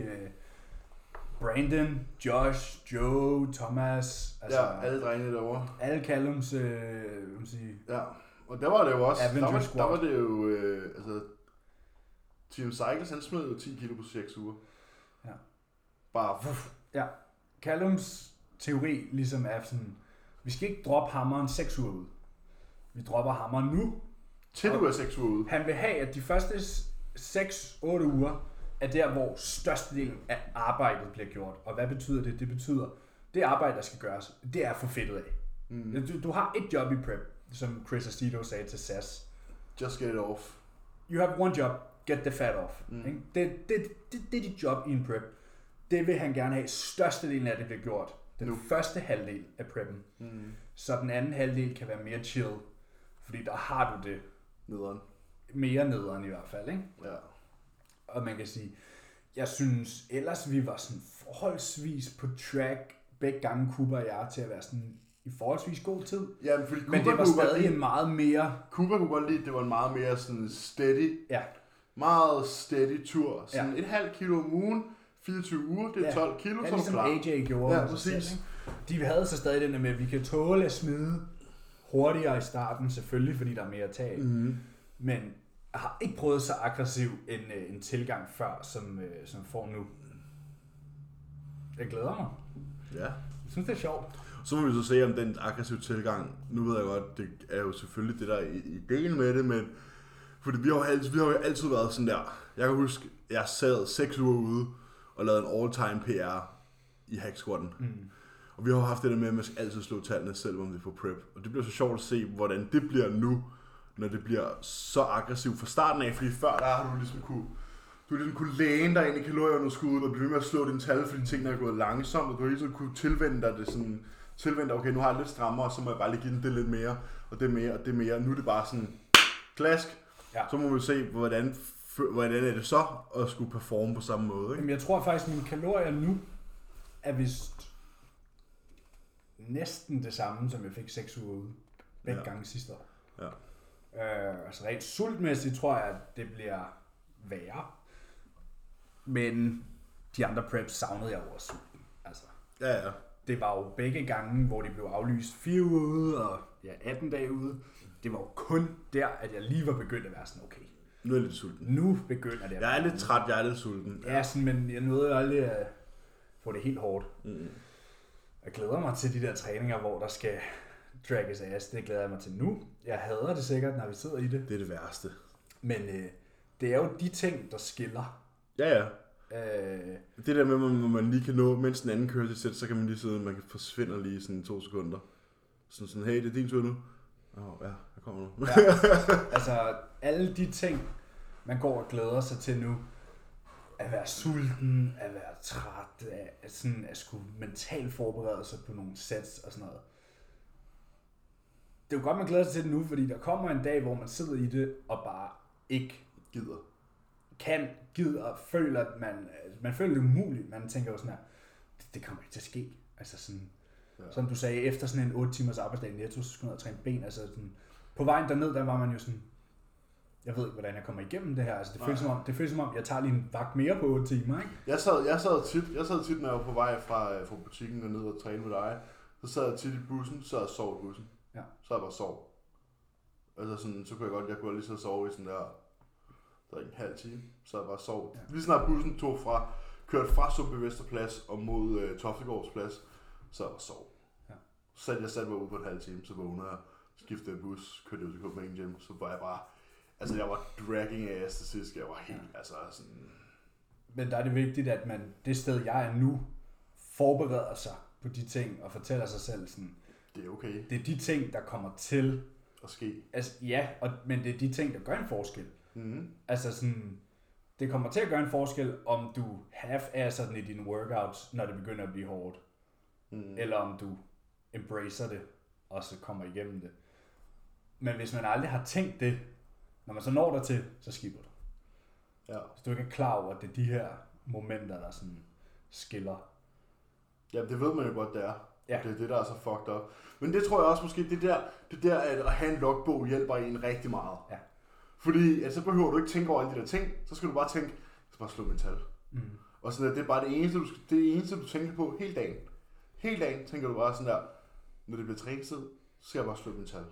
Brandon, Josh, Joe, Thomas. Altså, ja, alle drengene derovre. Alle Callums, ja, og der var det jo også, der var det jo, altså, Team Cycles, han smed jo 10 kilo på 6 uger. Ja. Bare, Ja, Callums teori ligesom er sådan, vi skal ikke droppe hammeren 6 uger ud. Vi dropper hammeren nu. Til du er 6 uger ud. Han vil have, at de første 6-8 uger er der, hvor størstedelen af arbejdet bliver gjort. Og hvad betyder det? Det betyder, det arbejde, der skal gøres, det er for fedtet af. Du har et job i prep, som Chris Astito sagde til SAS. Just get it off. You have one job, get the fat off. Det er dit job i en prep. Det vil han gerne have. Størstedelen af det bliver gjort. Den første halvdel af preppen. Så den anden halvdel kan være mere chill. Fordi der har du det. Nederen. Mere nederen i hvert fald, ikke? Ja. Og man kan sige, jeg synes ellers vi var sådan forholdsvis på track begge gange, Cooper og jeg, til at være sådan i forholdsvis god tid. Ja, men det var stadig en meget mere... Cooper kunne godt lide, det var en meget mere sådan steady. Ja. Meget steady tur. Sådan et halvt kilo om ugen, 24 uger, det er 12 kilo, så er du klar. Ligesom AJ gjorde. Ja, præcis. De havde så stadig den der med, at vi kan tåle at smide hurtigere i starten, selvfølgelig, fordi der er mere tag. Men jeg har ikke prøvet så aggressiv en tilgang før, som får nu. Jeg glæder mig. Ja. Jeg synes, det er sjovt. Så må vi så se om den aggressive tilgang. Nu ved jeg godt, det er jo selvfølgelig det der ideen med det, men fordi vi har jo altid været sådan der. Jeg kan huske, jeg sad 6 uger ude og lavede en all-time PR i hack squatten. Og vi har jo haft det der med, at man skal altid slå tallene selv, om det er på prep. Og det bliver så sjovt at se, hvordan det bliver nu, når det bliver så aggressivt fra starten af. Fordi før der har du ligesom kunne læne dig ind i kalorieunderskuddet og blive ved med at slå dine tal, fordi tingene er gået langsomt, og du hele tiden kunne tilvende dig det sådan, okay, nu har jeg lidt strammere, så må jeg bare lige give den det lidt mere, og det mere, og det mere. Nu er det bare sådan, klask. Ja. Så må vi se, hvordan er det så at skulle performe på samme måde. Ikke? Jamen, jeg tror faktisk, at mine kalorier nu er vist næsten det samme, som jeg fik 6 uger ude. Begge gange sidste år. Ja. Altså rent sultmæssigt tror jeg, at det bliver værre. Men de andre preps savnede jeg over sulten. Altså, ja. Det var jo begge gange, hvor de blev aflyst 4 uger ude og 18 dage ude. Det var jo kun der, at jeg lige var begyndt at være sådan, okay. Nu er jeg lidt sulten. Nu begynder det. Jeg er lidt træt, jeg er lidt sulten. Ja, sådan, men jeg nåede jo aldrig at få det helt hårdt. Jeg glæder mig til de der træninger, hvor der skal dragges ass. Det glæder jeg mig til nu. Jeg hader det sikkert, når vi sidder i det. Det er det værste. Men det er jo de ting, der skiller. Ja. Det der med, at man lige kan nå, mens den anden kører til sæt, så kan man lige sidde, man kan forsvinde lige sådan 2 sekunder. Sådan, hey, det er din tur nu. Ja, jeg kommer nu. Ja. Altså, alle de ting, man går og glæder sig til nu, at være sulten, at være træt, at skulle mentalt forberede sig på nogle sets og sådan noget. Det er jo godt, man glæder sig til det nu, fordi der kommer en dag, hvor man sidder i det og bare ikke gider og føler, at man føler det umuligt. Man tænker jo sådan her, det kommer ikke til at ske. Altså sådan, som du sagde, efter sådan en 8 timers arbejdsdag i Netto, så skulle jeg træne ben. Altså sådan, på vejen derned, der var man jo sådan, jeg ved ikke, hvordan jeg kommer igennem det her. Altså, det føles som om, jeg tager lige en vagt mere på 8 timer, ikke? Jeg sad tit, når jeg var på vej fra butikken og ned og træne med dig. Så sad jeg tit i bussen, så jeg sov i bussen. Ja. Så jeg bare sov. Altså sådan, så kunne jeg kunne lige sidde og sove i sådan der en halv time. Så jeg bare sov. Ja. Lige snart bussen kørte fra Sundbyvesterplads og mod Toftegårds plads, så jeg bare sov. Ja. Så jeg satte mig ude på en halv time, så vågnede jeg, skiftede bus, kørte ud til Copenhagen Gym, så var jeg bare, altså jeg var dragging ass til sidst, jeg var helt, sådan. Men der er det vigtigt, at man, det sted jeg er nu, forbereder sig på de ting, og fortæller sig selv sådan, det er okay. Det er de ting, der kommer til at ske. Altså, ja, men det er de ting, der gør en forskel. Mm-hmm. Altså sådan, det kommer til at gøre en forskel, om du half-asser den i dine workouts, når det begynder at blive hårdt. Eller om du embracer det, og så kommer igennem det. Men hvis man aldrig har tænkt det, når man så når der til, så skipper du. Ja. Hvis du ikke er klar over, at det er de her momenter, der sådan skiller. Ja, det ved man jo godt, det er. Ja. Det er det, der er så fucked up. Men det tror jeg også måske, det der at have en logbog hjælper en rigtig meget. Ja. Fordi så behøver du ikke tænke over alle de der ting, så skal du bare tænke, jeg skal bare slå min tal. Og sådan at det er bare det eneste, du tænker på hele dagen. Hele dagen tænker du bare sådan der, når det bliver træningstid, så skal jeg bare slå min tal.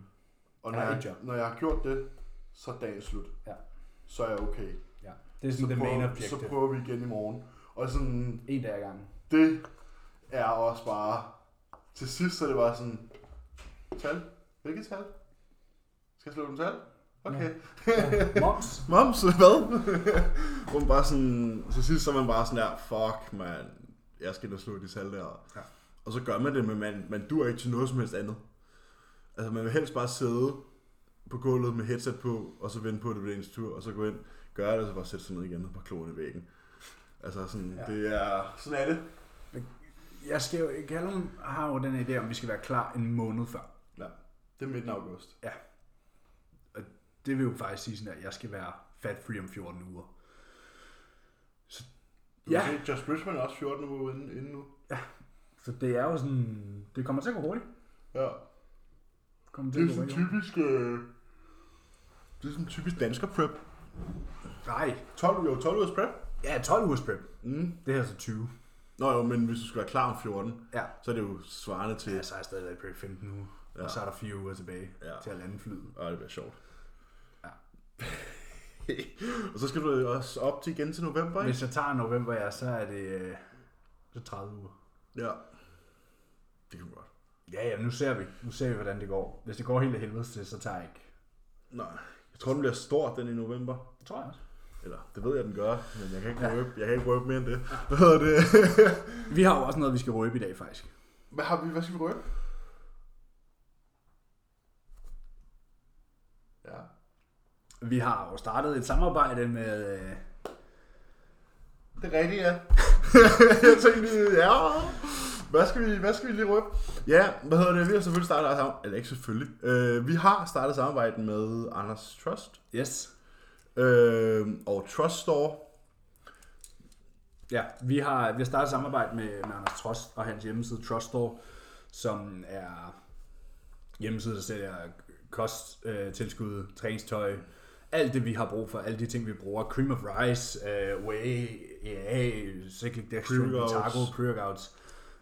Og når jeg har gjort det, så er dagen slut. Ja. Så er jeg okay. Ja. Det er sådan det main objective. Så prøver vi igen i morgen. Og sådan, en dag ad gangen. Det er også bare, til sidst så er det bare sådan, tal? Hvilket tal? Skal jeg slå dem tal? Okay. Ja. Moms? Moms, hvad? Hvor man bare sådan, til sidst så er man bare sådan der, fuck man, jeg skal da slå de tal der. Ja. Og så gør man det, men man dur ikke til noget som helst andet. Altså man vil helst bare sidde på gulvet med headset på, og så vente på, at det bliver ens tur, og så gå ind, gøre det, og så bare sætte sig ned igen og bare kloen i væggen. Altså sådan, det er, sådan er det. Callum har jo den idé om, vi skal være klar en måned før. Ja, det er midten af august. Ja. Og det vil jo faktisk sige sådan, at jeg skal være fat-free om 14 uger. Så, ja. Josh Bridgman er også 14 uger inden nu. Ja, så det er jo sådan, det kommer til at gå hurtigt. Ja. Det er sådan typisk, det er sådan typisk dansker prep. Nej. 12 ugers prep? Ja, 12 ugers prep. Det er altså 20. Nå jo, men hvis du skal være klar om 14, ja. Så er det jo svarende til... Ja, så er jeg stadig prep 15 uger, og så er der 4 uger tilbage til at lande flyet. Ja, det bliver sjovt. Ja. Og så skal du også op til igen til november, ikke? Hvis jeg tager november, så er det så 30 uger. Ja, det kan vi godt. Ja, nu ser vi, hvordan det går. Hvis det går helt af helvede til, så tager jeg ikke. Nej, jeg tror, den bliver stor, den i november. Det tror jeg også. Eller, det ved jeg, den gør, men jeg kan ikke røbe mere end det. Vi har jo også noget, vi skal røbe i dag, faktisk. Hvad skal vi røbe? Ja. Vi har jo startet et samarbejde med... Det er rigtigt, ja. Jeg tænkte lige, Hvad skal vi lige røbe? Ja, vi har selvfølgelig startet sammen, eller ikke selvfølgelig. Vi har startet samarbejde med Anders Trust. Yes. Og Trust Store. Ja, vi har startet samarbejde med Anders Trust og hans hjemmeside Trust Store, som er hjemmeside, der sælger kosttilskud, træningstøj, alt det vi har brug for, alle de ting vi bruger, cream of rice, whey, EAA, cyclic dextrin, Vitago, pre-workouts.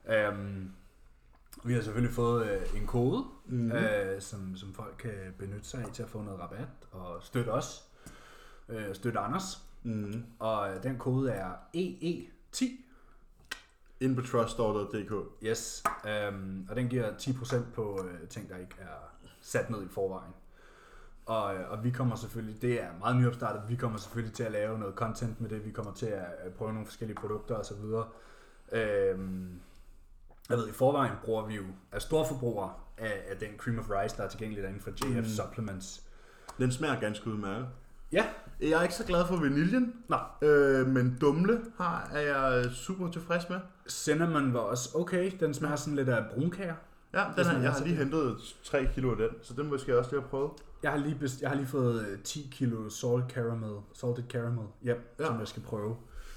Vi har selvfølgelig fået en kode, som folk kan benytte sig af til at få noget rabat og støtte os, støtte Anders. Og den kode er EE10. Inde på truststore.dk. Yes, og den giver 10% på ting, der ikke er sat ned i forvejen. Og vi kommer selvfølgelig, det er meget nyopstartet, vi kommer selvfølgelig til at lave noget content med det, vi kommer til at prøve nogle forskellige produkter og så videre. Jeg ved, i forvejen bruger vi jo, er storforbrugere af den cream of rice, der er tilgængelig derinde fra JF Supplements. Den smager ganske udmærket. Ja. Jeg er ikke så glad for vaniljen, men dumle er jeg super tilfreds med. Cinnamon var også okay, den smager sådan lidt af brunkager. Ja, jeg har lige hentet 3 kilo af den, så den måske jeg også lige have prøvet. Jeg har lige fået 10 kilo salted caramel, som jeg skal prøve.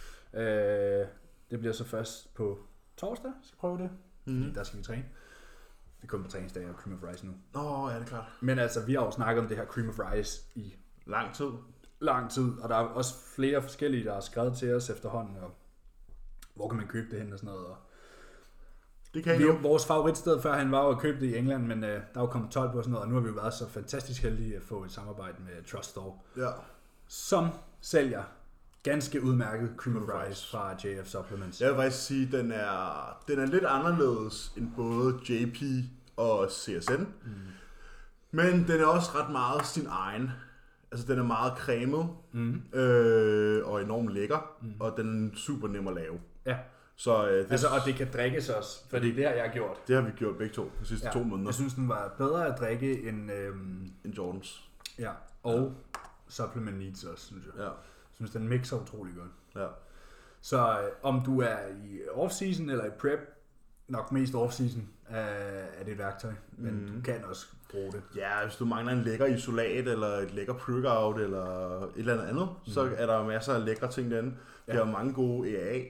Det bliver så først på torsdag, jeg skal prøve det, fordi der skal vi træne. Det kommer på træningsdag og cream of rice nu. Ja, det er klart. Men altså, vi har jo snakket om det her cream of rice i lang tid, og der er også flere forskellige, der har skrevet til os efterhånden, og hvor kan man købe det hen og sådan noget. Og det kan vores favoritsted før han var jo at købe det i England, men der er jo kommet 12 på og sådan noget, og nu har vi jo været så fantastisk heldige at få et samarbejde med Trust Store, som sælger ganske udmærket cream of rice fra JF Supplements. Jeg vil faktisk sige, at den er lidt anderledes end både JP og CSN, men den er også ret meget sin egen. Altså, den er meget cremet og enormt lækker, og den er super nem at lave. Ja. Så, og det kan drikkes også, for det er det her, jeg har gjort. Det har vi gjort begge to de sidste 2 måneder. Jeg synes, den var bedre at drikke end Jordans. Ja, og Supplement Needs også, synes jeg. Ja. Jeg synes, den mixer utrolig godt. Ja. Så om du er i off-season eller i prep, nok mest off-season er det et værktøj, men du kan også bruge det. Ja, hvis du mangler en lækker isolat, eller et lækker pre-workout, eller et eller andet, så er der masser af lækre ting derinde. Vi har mange gode EAA,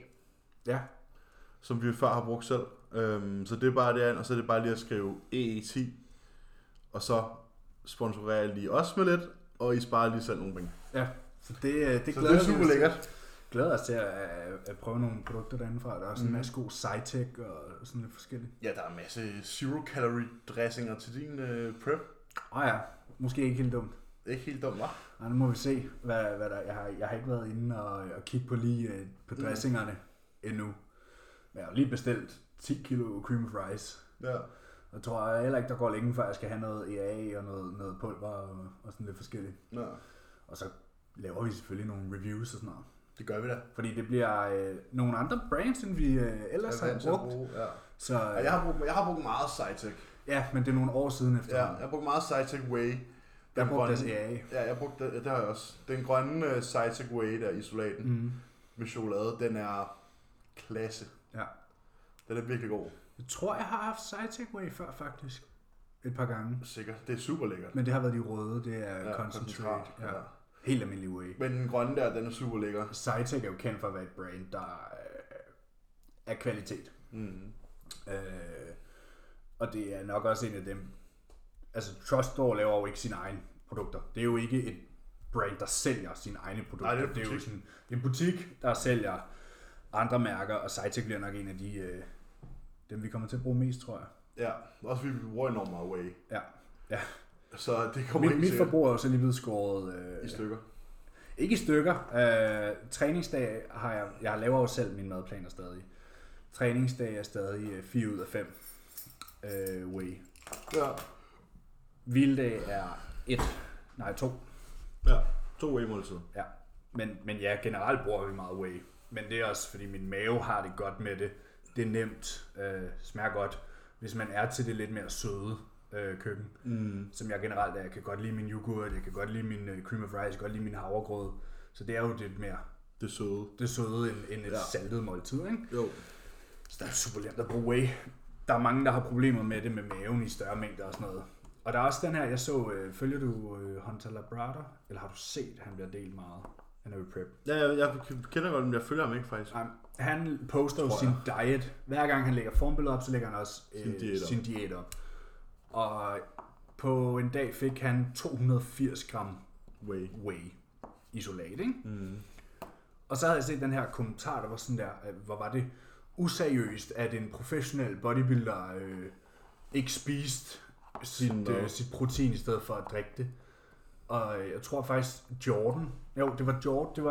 som vi før har brugt selv. Så det er bare det, og så er det bare lige at skrive EE10, og så sponsorerer jeg lige os med lidt, og I sparer lige selv nogle penge. Ja, så det glæder jeg super lækkert. Glæder os til at prøve nogle produkter derindefra. Der er også en masse god SciTech og sådan lidt forskelligt. Ja, der er en masse zero-calorie dressinger til din prep. Ja, måske ikke helt dumt. Ikke helt dumt, hva'? Nej, nu må vi se, hvad der... Jeg har ikke været inde og kigge på lige på dressingerne endnu. Men jeg har lige bestilt 10 kilo cream of rice. Ja. Jeg tror heller ikke, der går længe, før jeg skal have noget EAA og noget pulver og sådan lidt forskelligt. Ja. Og så laver vi selvfølgelig nogle reviews og sådan noget. Det gør vi da. Fordi det bliver nogle andre brands, end vi ellers har brugt. Så, jeg har brugt meget SciTech. Ja, men det er nogle år siden efter. Ja, jeg har brugt meget SciTech Whey. Jeg har brugt deres EAA. Ja, jeg brugte det har jeg også. Den grønne SciTech Whey der isolaten med chokolade, den er klasse. Ja. Den er virkelig god. Jeg tror, jeg har haft SciTech Whey før faktisk. Et par gange. Sikkert. Det er super lækkert. Men det har været de røde, det er concentrate. Ja. Helt almindelig whey. Men den grønne der, den er super lækker. SciTech er jo kendt for at være et brand, der er kvalitet. Og det er nok også en af dem. Altså Trust Store laver jo ikke sine egne produkter. Det er jo ikke et brand, der sælger sine egne produkter. Nej, det er jo sådan en butik, der sælger andre mærker, og SciTech bliver nok en af de dem vi kommer til at bruge mest, tror jeg. Ja, også vi bruger enormt meget whey. Ja. Så det kommer mit forbrug er jo så lige blevet skåret i stykker. Ikke i stykker. Træningsdag har jeg laver jo selv mine madplaner stadig. Træningsdag er stadig 4 ud af 5 whey. Ja. Hviledag er 2. Ja, 2 whey-måltid. Ja, men ja, generelt bruger vi meget whey. Men det er også, fordi min mave har det godt med det. Det er nemt, smager godt. Hvis man er til det lidt mere søde køkken, som jeg generelt er. Jeg kan godt lide min yoghurt, jeg kan godt lide min cream of rice, jeg kan godt lide min havregrød. Så det er jo lidt mere det søde end et saltet måltid, ikke? Jo. Så det er super nemt at bruge whey. Der er mange, der har problemer med det med maven i større mængder og sådan noget. Og der er også den her, jeg så, følger du Hunter Labrada? Eller har du set, han bliver delt meget? Han er jo prep. Ja, jeg kender godt, men jeg følger ham ikke faktisk. Han poster jo sin diet. Hver gang han lægger formbilleder op, så lægger han også sin diæt op. Og på en dag fik han 280 gram whey isolat, ikke? Mm. Og så havde jeg set den her kommentar, der var sådan der, hvor var det useriøst, at en professionel bodybuilder ikke spiste sit protein i stedet for at drikke det. Og jeg tror faktisk det var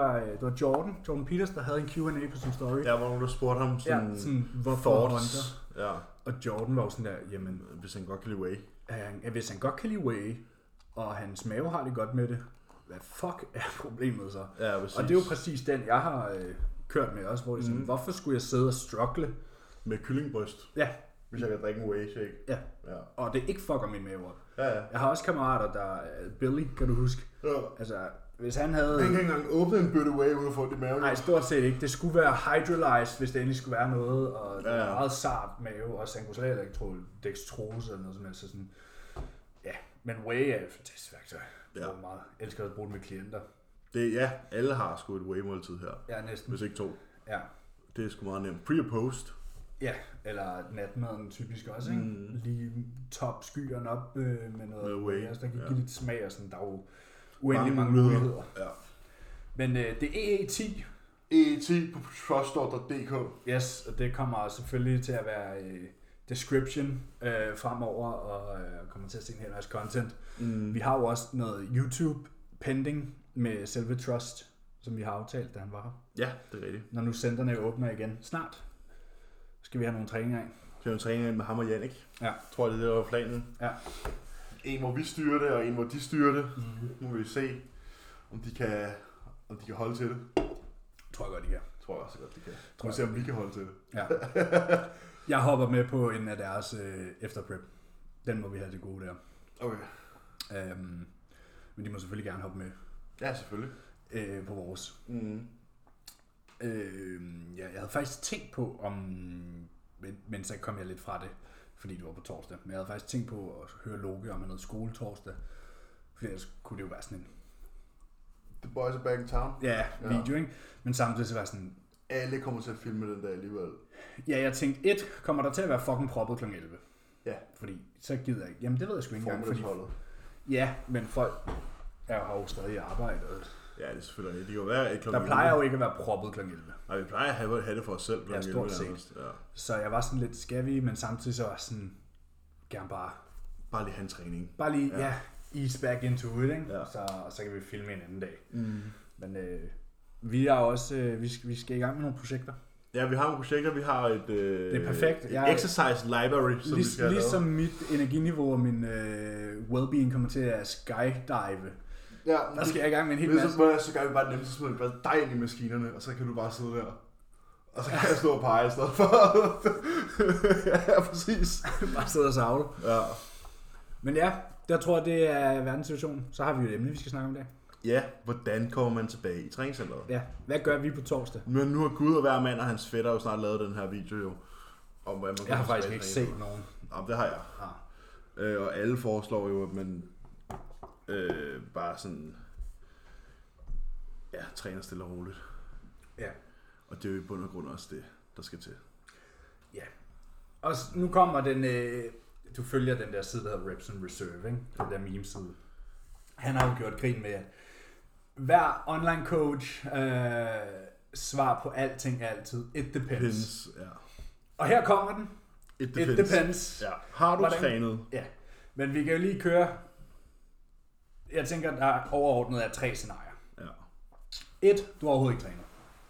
Jordan Peters, der havde en Q&A på sin story. Ja, hvor nogen der spurgte ham sådan hvorfor Hunter. Ja. Og Jordan var jo sådan der, jamen... Hvis han godt kan lide whey. Hvis han godt kan lide whey, og hans mave har det godt med det, hvad fuck er problemet så? Ja, og det er jo præcis den, jeg har kørt med også, hvor det sådan, hvorfor skulle jeg sidde og struggle? Med kyllingbryst? Ja. Hvis jeg kan drikke en whey shake? Ja. Og det ikke fucker min mave op. Ja. Jeg har også kammerater, der... Billy, kan du huske? Ja. Altså, hvis han havde... Han kan ikke engang åbne en bøtte whey uden at få det i maven. Nej, stort set ikke. Det skulle være hydrolyzed, hvis det endelig skulle være noget, og det var meget sart mave, og han kunne slet ikke tro dextrose eller noget som helst. Sådan. Ja, men whey er et fantastisk værktøj. Jeg elsker at bruge det med klienter. Alle har sgu et whey-måltid her. Ja, næsten. Hvis ikke 2. Ja. Det er sgu meget nemt. Pre og post. Ja, eller natmaden typisk også, ikke? Lige top skyerne op med noget whey, altså der kan give lidt smag og sådan, der er jo uendelig mange muligheder. Ja. Men det er EE10. EE10 på truststore.dk. Yes, og det kommer selvfølgelig til at være description fremover, og kommer til at se en hel masse content. Vi har jo også noget YouTube pending med selve Trust, som vi har aftalt, da han var her. Ja, det er rigtigt. Når nu centerne åbner igen snart, skal vi have nogle træninger af. Skal vi have nogle træninger med ham og Jannik? Ja. Tror jeg, det var planen. Ja. En hvor vi styrer det, og en hvor de styrer det. Nu må vi se, om de kan holde til det. Tror jeg godt, de kan. Tror jeg også godt, de kan. Tror vi se, om vi kan holde til det. Ja. Jeg hopper med på en af deres efterprep. Den må vi have til gode der. Okay. Men de må selvfølgelig gerne hoppe med. Ja, selvfølgelig. På vores. Jeg havde faktisk tænkt på, men så kom jeg lidt fra det, fordi det var på torsdag. Men jeg havde faktisk tænkt på at høre Loke om noget skole torsdag. Fordi ellers kunne det jo være sådan en... The boys are back in town. Ja, video, ikke? Men samtidig så var sådan... Alle kommer til at filme den der alligevel. Ja, jeg tænkte, kommer der til at være fucking proppet kl. 11? Ja. Fordi så gider jeg ikke. Jamen det ved jeg sgu ikke engang. Fordi... Ja, men folk har jo stadig arbejde. Ja, det er selvfølgelig. Det kan jo være kl. 11. Der plejer jo ikke at være proppet kl. 11. Nej, vi plejer at have det for os selv kl. 11. Ja, stort set. Ja. Så jeg var sådan lidt, skal vi, men samtidig så var sådan, gerne bare lige have en træning. Bare lige, ease back into it, ikke? Ja. Så kan vi filme en anden dag. Men vi er også, vi skal i gang med nogle projekter. Ja, vi har nogle projekter. Vi har et det er perfekt. Exercise library, som vi skal ligesom mit energiniveau og min well-being kommer til at skydive. Ja, der skal jeg i gang med en hel masse. Så gør vi bare nemt, så smider vi bare dig ind i maskinerne, og så kan du bare sidde der. Og så kan jeg stå og pege i stedet for. Ja, præcis. Bare sidde og savle. Ja. Men ja, der tror jeg, det er verdenssituationen. Så har vi jo et emne, vi skal snakke om i dag. Ja, hvordan kommer man tilbage i træningscenteret? Ja, hvad gør vi på torsdag? Men nu har Gud og hver mand og hans fætter jo snart lavet den her video jo. Om, hvad man jeg har faktisk ikke set nogen. Jamen, det har jeg. Og alle foreslår jo, at man bare sådan... Ja, træner stille og roligt. Ja. Og det er jo i bund og grund også det, der skal til. Ja. Og nu kommer den... du følger den der side, der hedder Reps and Reserve, ikke? Den der meme-side. Han har jo gjort grin med, at hver online coach svar på alting altid. It depends. Ja. Og her kommer den. It depends. Ja. Har du trænet? Ja. Men vi kan jo lige køre... Jeg tænker, der overordnet er 3 scenarier. Ja. 1. Du har overhovedet ikke trænet.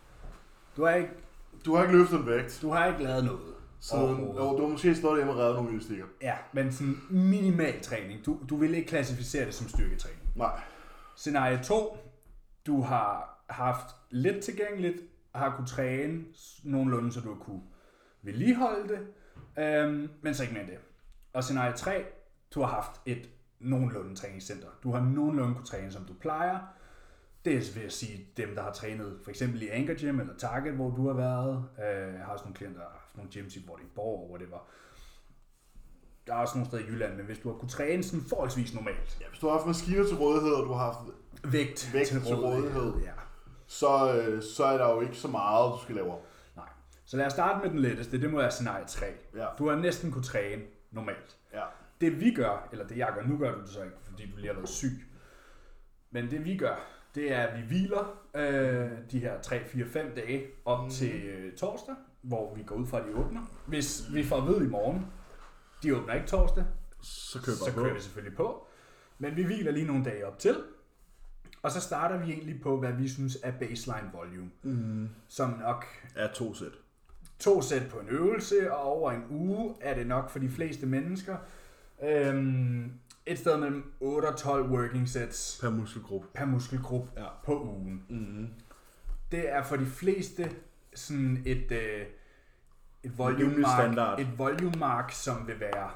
Du har ikke løftet en vægt. Du har ikke lavet noget. Du har måske stået hjemme og reddet nogle elastikker. Ja, men sådan minimal træning. Du vil ikke klassificere det som styrketræning. Nej. Scenarie 2. Du har haft lidt tilgængeligt, har kunne træne nogenlunde, så du har kunne vedligeholde det, men så ikke mere end det. Og scenarie 3. Du har haft et nogenlunde træningscenter. Du har nogenlunde kunne træne, som du plejer. Det vil jeg sige, dem der har trænet for eksempel i Anchor Gym eller Target, hvor du har været. Jeg har også nogle klienter, der har haft nogle gyms i Vordingborg, hvor det var. Der er også nogle steder i Jylland, men hvis du har kunnet træne sådan forholdsvis normalt. Ja, hvis du har haft maskiner til rådighed, og du har haft vægt til rådighed, ja. så er der jo ikke så meget, du skal lave op. Nej. Så lad os starte med den letteste. Det må være scenarie 3. Ja. Du har næsten kunne træne normalt. Ja. Det vi gør, eller det jeg gør, nu gør du det så ikke, fordi du lige har været syg. Men det vi gør, det er, at vi hviler de her 3, 4, 5 dage op til torsdag, hvor vi går ud fra, at de åbner. Hvis vi får at vide i morgen, de åbner ikke torsdag, så kører vi selvfølgelig på. Men vi hviler lige nogle dage op til. Og så starter vi egentlig på, hvad vi synes er baseline volume. Som nok er 2 sæt. 2 sæt på en øvelse, og over en uge er det nok for de fleste mennesker. Et sted mellem 8 og 12 working sets per muskelgruppe ja. På ugen. Det er for de fleste sådan et volume mark, som vil være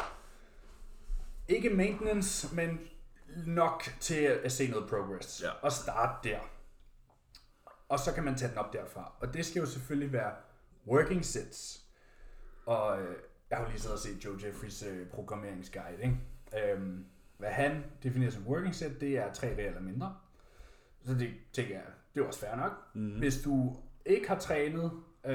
ikke maintenance, men nok til at se noget progress. Ja. Og starte der. Og så kan man tage den op derfra. Og det skal jo selvfølgelig være working sets. Og jeg har jo lige siddet og set Joe Jeffries programmeringsguide, ikke? Hvad han definerer som working set, det er 3 dage eller mindre. Så det tænker jeg, det er også fair nok. Hvis du ikke har trænet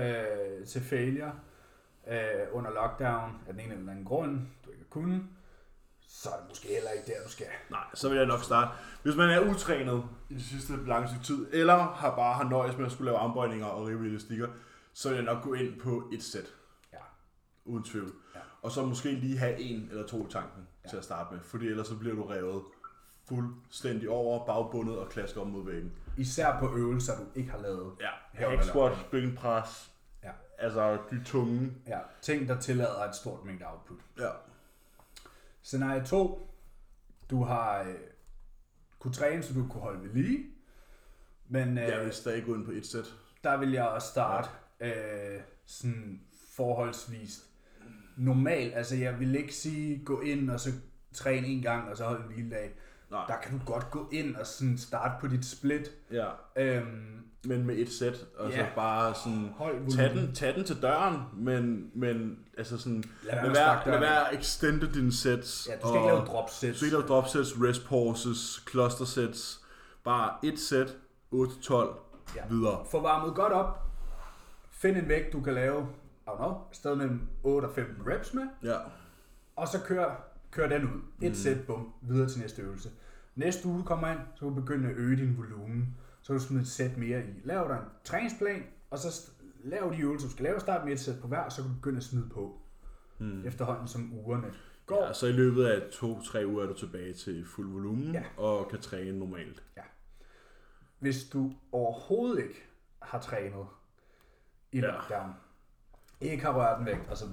til failure under lockdown af den ene eller anden grund, du ikke har kunnet, så er det måske heller ikke der, du skal. Nej, så vil jeg nok starte. Hvis man er utrænet i det sidste lange stykke tid, eller har nøjes med at skulle lave armbøjninger og rive elastikker, så vil jeg nok gå ind på et sæt. Ja. Uden tvivl. Ja. Og så måske lige have 1 eller 2 i tanken til at starte med, fordi ellers så bliver du revet fuldstændig over, bagbundet og klasker om mod væggen. Især på øvelser, du ikke har lavet. Ja, hack squat, bænkpres, ja. Altså de tunge. Ja, ting der tillader et stort mængde output. Ja. Scenarie 2, du har kunne træne, så du kunne holde ved lige. Men jeg vil stadig gå ind på et sæt. Der vil jeg også starte sådan forholdsvis normalt. Altså jeg vil ikke sige gå ind og så træne 1 gang og så holde en hviledag. Nej. Der kan du godt gå ind og sådan starte på dit split. Ja. Men med et sæt, og så bare sådan tage den til døren, men altså sådan lad være extende dine sets. Ja, du skal ikke lave drop sets. Du skal ikke lave drop sets, rest pauses, cluster sets. Bare et sæt, 8-12, videre. Få varmet godt op. Find en vægt, du kan lave, sted mellem 8 og 15 reps med. Ja. Og så kør den ud. Et sæt, bum, videre til næste øvelse. Næste uge du kommer ind, så kan du begynde at øge din volumen. Så kan du smide et sæt mere i. Lav dig en træningsplan, og så lav de øvelser, du skal lave. Start med et sæt på hver, og så kan du begynde at smide på. Efterhånden som ugerne går. Ja, så i løbet af 2-3 uger er du tilbage til fuld volumen, og kan træne normalt. Ja. Hvis du overhovedet ikke har trænet i lockdown, ikke har rørt en vægt osv.,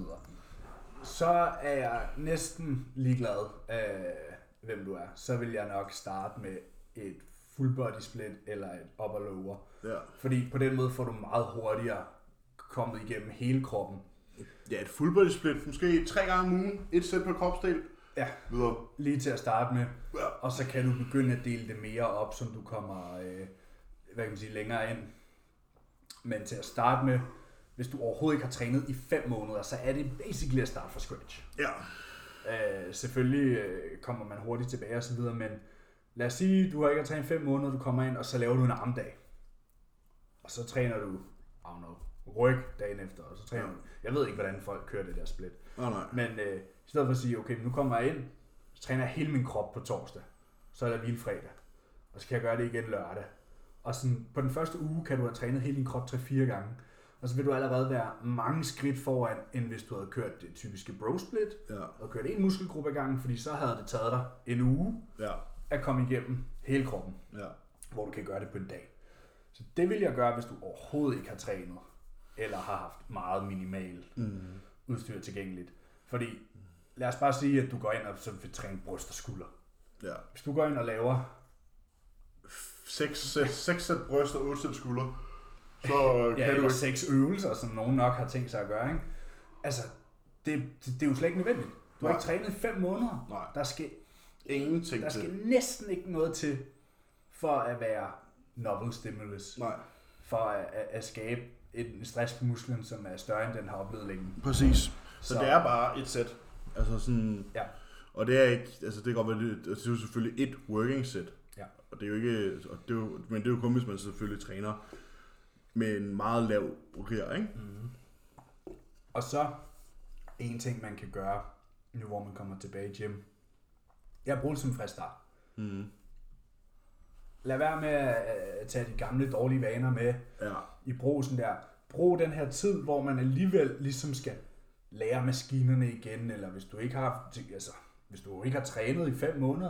så er jeg næsten ligeglad hvem du er. Så vil jeg nok starte med et full body split eller et upper lower. Ja. Fordi på den måde får du meget hurtigere kommet igennem hele kroppen. Ja, et full body split, måske 3 gange om ugen, et sæt per kropsdel. Ja, videre. Lige til at starte med. Ja. Og så kan du begynde at dele det mere op, som du kommer længere ind. Men til at starte med, hvis du overhovedet ikke har trænet i 5 måneder, så er det basically at starte fra scratch. Ja. Selvfølgelig kommer man hurtigt tilbage og så videre, men lad os sige, du har ikke trænet 5 måneder, du kommer ind, og så laver du en armdag. Og så træner du, ryg dagen efter, og så træner du. Jeg ved ikke, hvordan folk kører det der split. Nej. Men i stedet for at sige, okay, nu kommer jeg ind, så træner jeg hele min krop på torsdag. Så er der hvilefredag. Og så kan jeg gøre det igen lørdag. Og sådan, på den første uge kan du have trænet hele din krop 3-4 gange. Og så vil du allerede være mange skridt foran, end hvis du havde kørt det typiske bro split, og kørt 1 muskelgruppe ad gangen, fordi så havde det taget dig en uge at komme igennem hele kroppen, hvor du kan gøre det på en dag. Så det vil jeg gøre, hvis du overhovedet ikke har trænet, eller har haft meget minimal udstyr tilgængeligt. Fordi lad os bare sige, at du går ind og så vil træne bryst og skulder. Ja. Hvis du går ind og laver 6 sæt bryst og 8 sæt skulder, så kan eller 6 øvelser, som nogen nok har tænkt sig at gøre, ikke? Altså, det er jo slet ikke nødvendigt. Du har ikke trænet i 5 måneder. Nej. Der skal ingenting der skal næsten ikke noget til, for at være novel stimulus. Nej. For at skabe en stress på musklen, som er større end den har oplevet længe. Præcis. Så det er bare et sæt. Altså sådan, ja. Og det er ikke, altså det kan godt være, det er jo selvfølgelig et working set. Ja. Og det er jo ikke, men det er jo kun, hvis man selvfølgelig træner med en meget lav RIR, ikke? Mm-hmm. Og så en ting, man kan gøre, nu hvor man kommer tilbage i gym. Jeg bruger det som frisk start. Mm. Lad være med at tage de gamle dårlige vaner med i brusen der. Brug den her tid, hvor man alligevel ligesom skal lære maskinerne igen, eller hvis du ikke har trænet i 5 måneder,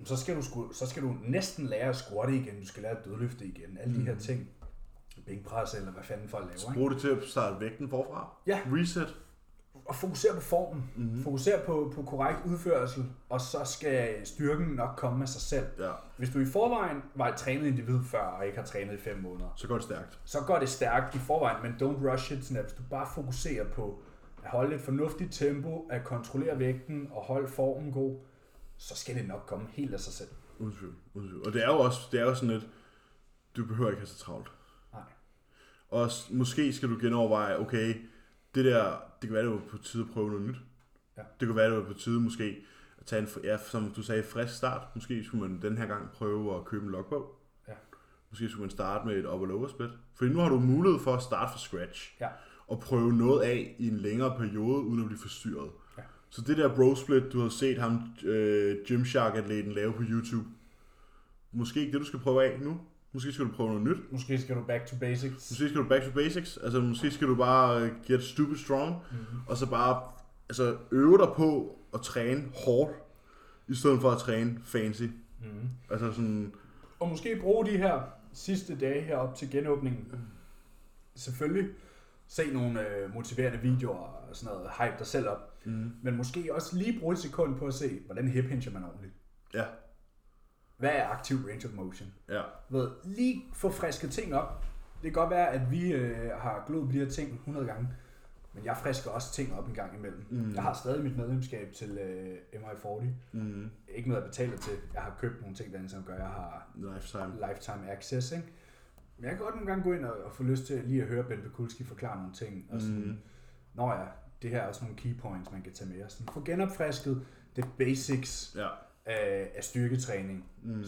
så skal du næsten lære at squatte igen, du skal lære at dødløfte igen, alle de her ting. Bænkpres eller hvad fanden folk laver. Så brug det til at starte vægten forfra. Ja. Reset. Og fokusere på formen. Mm-hmm. Fokusere på korrekt udførsel, og så skal styrken nok komme af sig selv. Ja. Hvis du i forvejen var et trænet individ før, og ikke har trænet i 5 måneder, så går det stærkt. Så går det stærkt i forvejen, men don't rush it. Hvis du bare fokuserer på at holde et fornuftigt tempo, at kontrollere vægten og holde formen god, så skal det nok komme helt af sig selv. Undskyld. Og det er jo sådan lidt, du behøver ikke have så travlt. Nej. Og måske skal du genoverveje, okay, det kan være, det var på tide at prøve noget nyt. Ja. Det kan være, det var på tide måske at tage som du sagde, frisk start. Måske skulle man den her gang prøve at købe en logbog. Ja. Måske skulle man starte med et upper lower split. Fordi nu har du mulighed for at starte fra scratch. Ja. Og prøve noget af i en længere periode, uden at blive forstyrret. Ja. Så det der bro split, du har set ham, Gymshark-atleten, lave på YouTube. Måske ikke det, du skal prøve af nu. Måske skal du prøve noget nyt. Måske skal du back to basics. Måske skal du back to basics. Altså måske skal du bare get stupid strong. Og så bare øve dig på at træne hårdt, i stedet for at træne fancy. Altså sådan... Og måske bruge de her sidste dage herop til genåbningen. Selvfølgelig se nogle motiverende videoer og sådan noget, hype dig selv op. Men måske også lige bruge et sekund på at se, hvordan hip hinger man ordentligt. Ja. Hvad er aktiv range of motion? Ja. Lige få friske ting op. Det kan godt være, at vi har glået på de her ting 100 gange, men jeg frisker også ting op en gang imellem. Jeg har stadig mit medlemskab til MI40. Ikke noget, jeg betaler til. Jeg har købt nogle ting derinde, som gør, at jeg har lifetime access. Ikke? Men jeg kan godt nogle gange gå ind og få lyst til lige at høre Ben Pekulski forklare nogle ting. Og sådan, det her er også nogle key points, man kan tage med. Sådan, få genopfrisket det basics af styrketræning,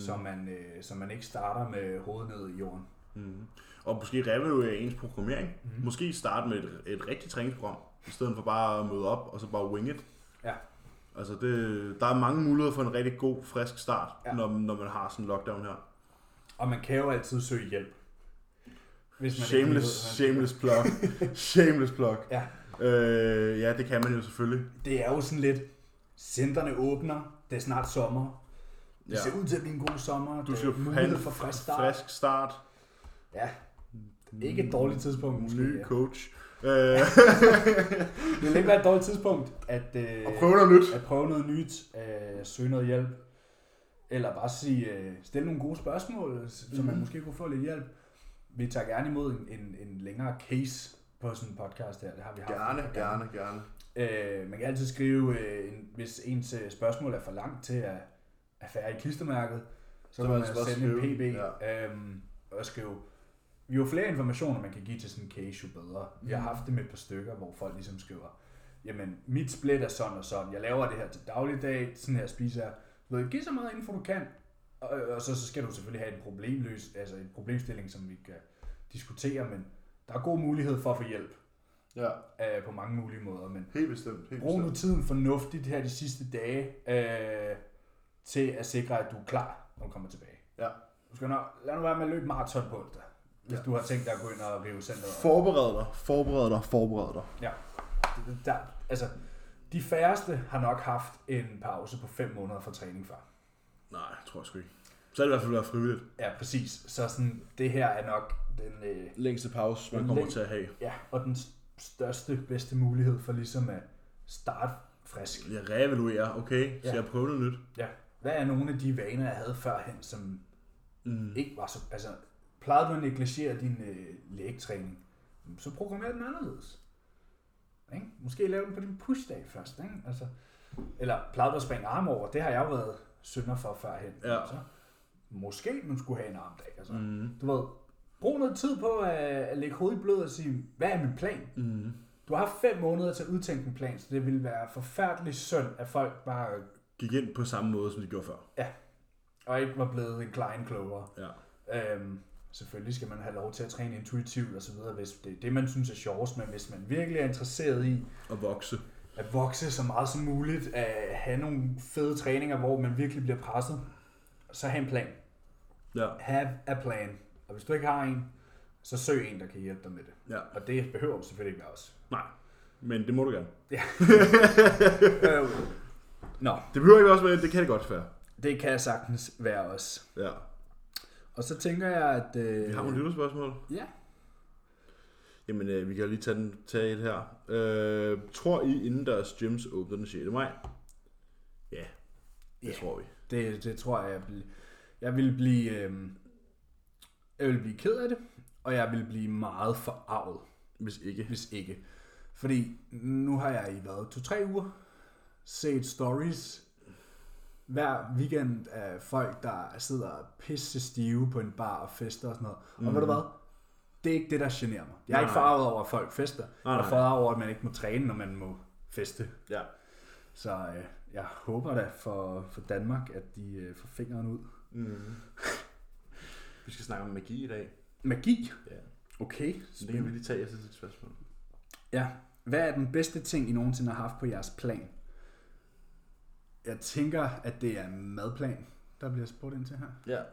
så man ikke starter med hovedet ned i jorden. Og måske revaluere ens programmering. Måske starte med et rigtigt træningsprogram, i stedet for bare at møde op og så bare wing it. Ja. Altså der er mange muligheder for en rigtig god, frisk start, når man har sådan en lockdown her. Og man kan jo altid søge hjælp. Hvis man shameless plug. Shameless plug. Ja. Ja, det kan man jo selvfølgelig. Det er jo sådan lidt, centrene åbner, det er snart sommer. Det ser ud til at blive en god sommer. Du skal have en frisk start. Ja, ikke et dårligt tidspunkt måske. Ny coach. Det vil ikke være et dårligt tidspunkt at prøve noget nyt, søge noget hjælp, eller bare stille nogle gode spørgsmål, så man måske kunne få lidt hjælp. Vi tager gerne imod en længere case på sådan en podcast her. Det har vi haft. Gerne. Man kan altid skrive, hvis ens spørgsmål er for langt til at færre i klistermærket, så kan man sende en pb og skrive. Jo flere informationer man kan give til sådan en case, jo bedre. Vi har haft det med et par stykker, hvor folk ligesom skriver, jamen mit split er sådan og sådan, jeg laver det her til dagligdag, sådan her spiser jeg. Giv så meget info du kan, og så skal du selvfølgelig have en problemstilling, som vi kan diskutere, men der er god mulighed for at få hjælp. Ja. På mange mulige måder, men helt bestemt. Brug nu tiden fornuftigt her de sidste dage til at sikre, at du er klar, når du kommer tilbage. Ja. Du skal lad nu være med at løbe maraton på onsdag, hvis du har tænkt dig at gå ind og rive centret. Forbered dig. Ja. Altså, de færreste har nok haft en pause på 5 måneder for træning før. Nej, jeg tror sgu ikke. Så er det i hvert fald været frivilligt. Ja, præcis. Så sådan, det her er nok den længste pause, man kommer til at have. Ja, og den bedste mulighed for ligesom at starte frisk. Jeg reevaluerer, okay, så jeg prøver noget nyt. Ja. Hvad er nogle af de vaner, jeg havde førhen, som ikke var så... Altså, plejede du at negligere din lægtræning, så programmer den anderledes. Ikke? Måske lave den på din pushdag først. Ikke? Altså, eller plejede du at springe arme over, det har jeg jo været synder for førhen. Ja. Så måske man skulle have en armdag. Altså. Du ved, brug noget tid på at lægge hovedet i blød og sige, hvad er min plan? Du har 5 måneder til at udtænke en plan, så det ville være forfærdeligt synd, at folk bare gik ind på samme måde, som de gjorde før. Ja, og ikke var blevet en klein klogere. Ja. Selvfølgelig skal man have lov til at træne intuitivt og så videre, hvis det er det, man synes er sjovest, men hvis man virkelig er interesseret i at vokse så meget som muligt, at have nogle fede træninger, hvor man virkelig bliver presset, så have en plan. Ja. Have a plan. Og hvis du ikke har en, så søg en, der kan hjælpe dig med det. Ja. Og det behøver du selvfølgelig ikke være os. Nej, men det må du gerne. Ja. Nå. Det behøver ikke også være, det kan det godt være. Det kan sagtens være os. Ja. Og så tænker jeg, at... Vi har nogle lytterspørgsmål. Ja. Jamen, vi kan jo lige tage et her. Tror I, indendørs gyms åbner den 6. maj? Ja, det tror vi. Det tror jeg, jeg vil blive... Jeg vil blive ked af det, og jeg vil blive meget forarvet. Hvis ikke. Fordi nu har jeg i 2-3 uger set stories hver weekend af folk, der sidder pisse stive på en bar og fester og sådan noget. Og ved du hvad? Det er ikke det, der generer mig. Jeg er ikke farvet over, at folk fester. Jeg er farvet over, at man ikke må træne, når man må feste. Ja. Så jeg håber da for Danmark, at de får fingeren ud. Vi skal snakke om magi i dag. Magi? Ja. Okay. Så det kan vi lige tage efter dit spørgsmål. Ja. Hvad er den bedste ting, I nogensinde har haft på jeres plan? Jeg tænker, at det er en madplan, der bliver spurgt ind til her. Ja.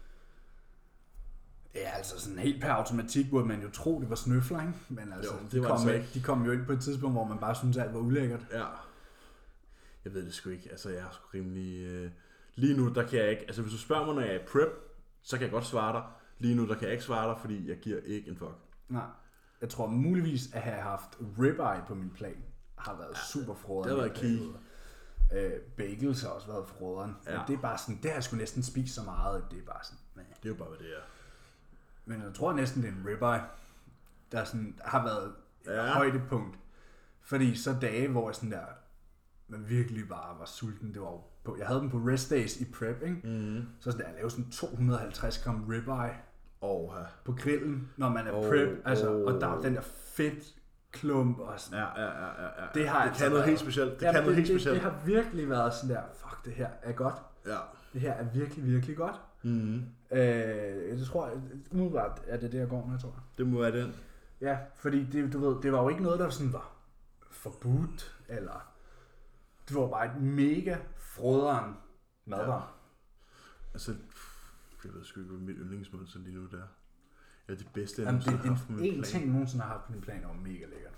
Ja, altså sådan helt per automatik burde man jo tro, det var snøfler, ikke? Men altså, jo, de kom jo ind på et tidspunkt, hvor man bare synes alt var ulækkert. Ja. Jeg ved det sgu ikke. Altså, jeg er sgu rimelig... Lige nu, der kan jeg ikke... Altså, hvis du spørger mig, når jeg er i prep, så kan jeg godt svare dig. Lige nu, der kan jeg ikke svare dig, fordi jeg giver ikke en fuck. Nej. Jeg tror muligvis, at have haft ribeye på min plan, har været super froderen. Det har været key. Bagels har også været froderen. Ja. Men det er bare sådan, det har jeg sgu næsten spist så meget, at det er bare sådan... Det er jo bare, hvad det er. Men jeg tror næsten, det er en ribeye, der sådan, har været et højdepunkt. Fordi så dage, hvor jeg sådan der, man virkelig bare var sulten, det var på, jeg havde dem på rest days i prep, ikke? Så sådan der, jeg lavede sådan 250 gram ribeye på grillen, når man er prep, altså, og der er den der fedt klump og sådan. Ja. Det har det kan noget helt specielt. Det har virkelig været sådan der, fuck, det her er godt. Ja. Det her er virkelig, virkelig godt. Jeg tror, umiddelbart er det, jeg går med, tror jeg. Det må være den. Ja, fordi det, du ved, det var jo ikke noget, der sådan var forbudt, eller det var bare et mega froderen madvarer. Ja. Altså, jeg ved sgu ikke, hvad mit yndlingsmåltid lige nu der. Ja, det bedste, jeg nogensinde har haft på min plan. En ting, jeg nogensinde har haft på min plan, var mega lækkert.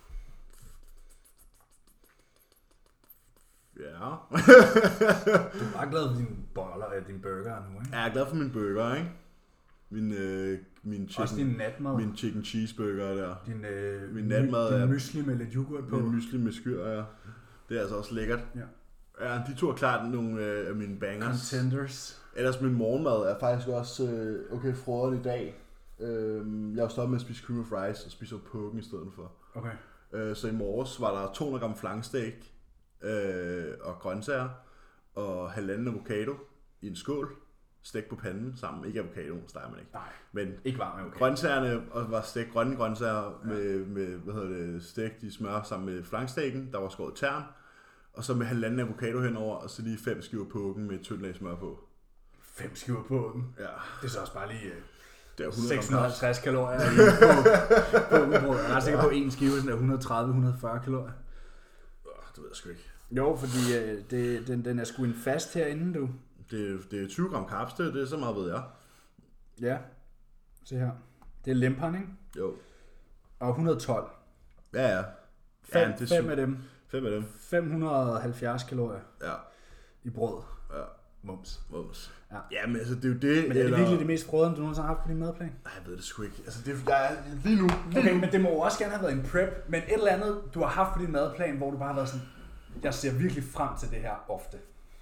Ja. Du er bare glad for dine boller og dine burger nu, ikke? Ja, jeg er glad for min burger, ikke? Min chicken, også din natmad. Min chicken cheeseburger der. Min natmad din mysli med lidt yoghurt på. Min mysli med skyr, ja. Det er altså også lækkert. Ja, de to er klart nogle af mine bangers. Contenders. Ellers min morgenmad er faktisk også okay frøret i dag. Jeg har stoppet med at spise cream of rice og spiser pukken i stedet for. Okay. Så i morges var der 200 gram flanksteak og grøntsager og halvanden avocado i en skål. Stegt på panden sammen. Ikke avocado, steger man ikke. Nej, men ikke varm avocado. Grøntsagerne var stegt grønne grøntsager med stegt i smør sammen med flankstegen, der var skåret tern. Og så med halvanden avocado henover, og så lige 5 skiver pukken med et tyndt lag smør på. 5 skiver pukken? Ja. Det er så også bare lige det er 650 kalorier på ubrød. Jeg er sikker på, at en skive er 130-140 kalorier. Det ved jeg sgu ikke. Jo, fordi den er sgu en fast herinde, du. Det er 20 gram carbs, det er så meget, ved jeg. Ja, se her. Det er lemperen, ikke? Jo. Og 112. Ja. 5 af dem. 5 af dem. 570 kalorier. Ja. I brød. Ja. Mums. Ja. Ja, men altså, det er jo det. Men er det virkelig det mest frødende, du nogensinde har haft på din madplan? Nej, jeg ved det sgu ikke. Altså, jeg er lige nu. Okay, men det må også gerne have været en prep, men et eller andet, du har haft på din madplan, hvor du bare har været sådan, jeg ser virkelig frem til det her ofte.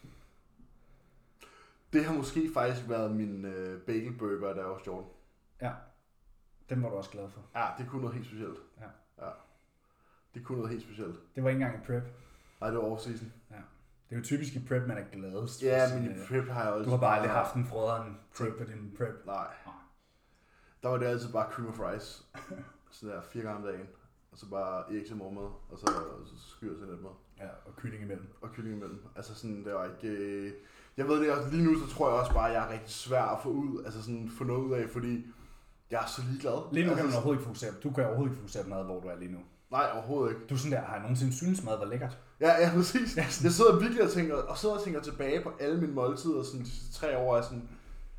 Det har måske faktisk været min bagelburger, der var sjovt. Ja, den var du også glad for. Ja, det kunne noget helt specielt. Ja. Det kunne noget helt specielt. Det var ikke engang en prep. Nej, det var off-season. Ja. Det er jo typisk i prep, man er gladest. Ja, men i prep har jeg også... Du har bare aldrig haft en frøderen prep på din prep. Nej. Der var det altid bare cream of rice. Sådan der 4 gange om dagen. Og så bare æg til morgenmad, og så skyr til lidt mad. Ja, og kylling imellem. Altså sådan, det var ikke... Jeg ved det også, lige nu så tror jeg også bare, at jeg er rigtig svær at få ud, altså sådan få noget ud af, fordi jeg er så ligeglad. Lige nu kan man overhovedet ikke fokusere. Du kan overhovedet ikke fokusere på mad, hvor du er lige nu. Nej, overhovedet ikke. Du er sådan der, har jeg nogensinde synes mad var lækkert? Ja, præcis. Jeg sidder virkelig og tænker tilbage på alle mine måltider, sådan de 3 år er sådan...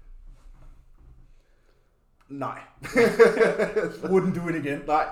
Nej. Wouldn't do it again. Nej.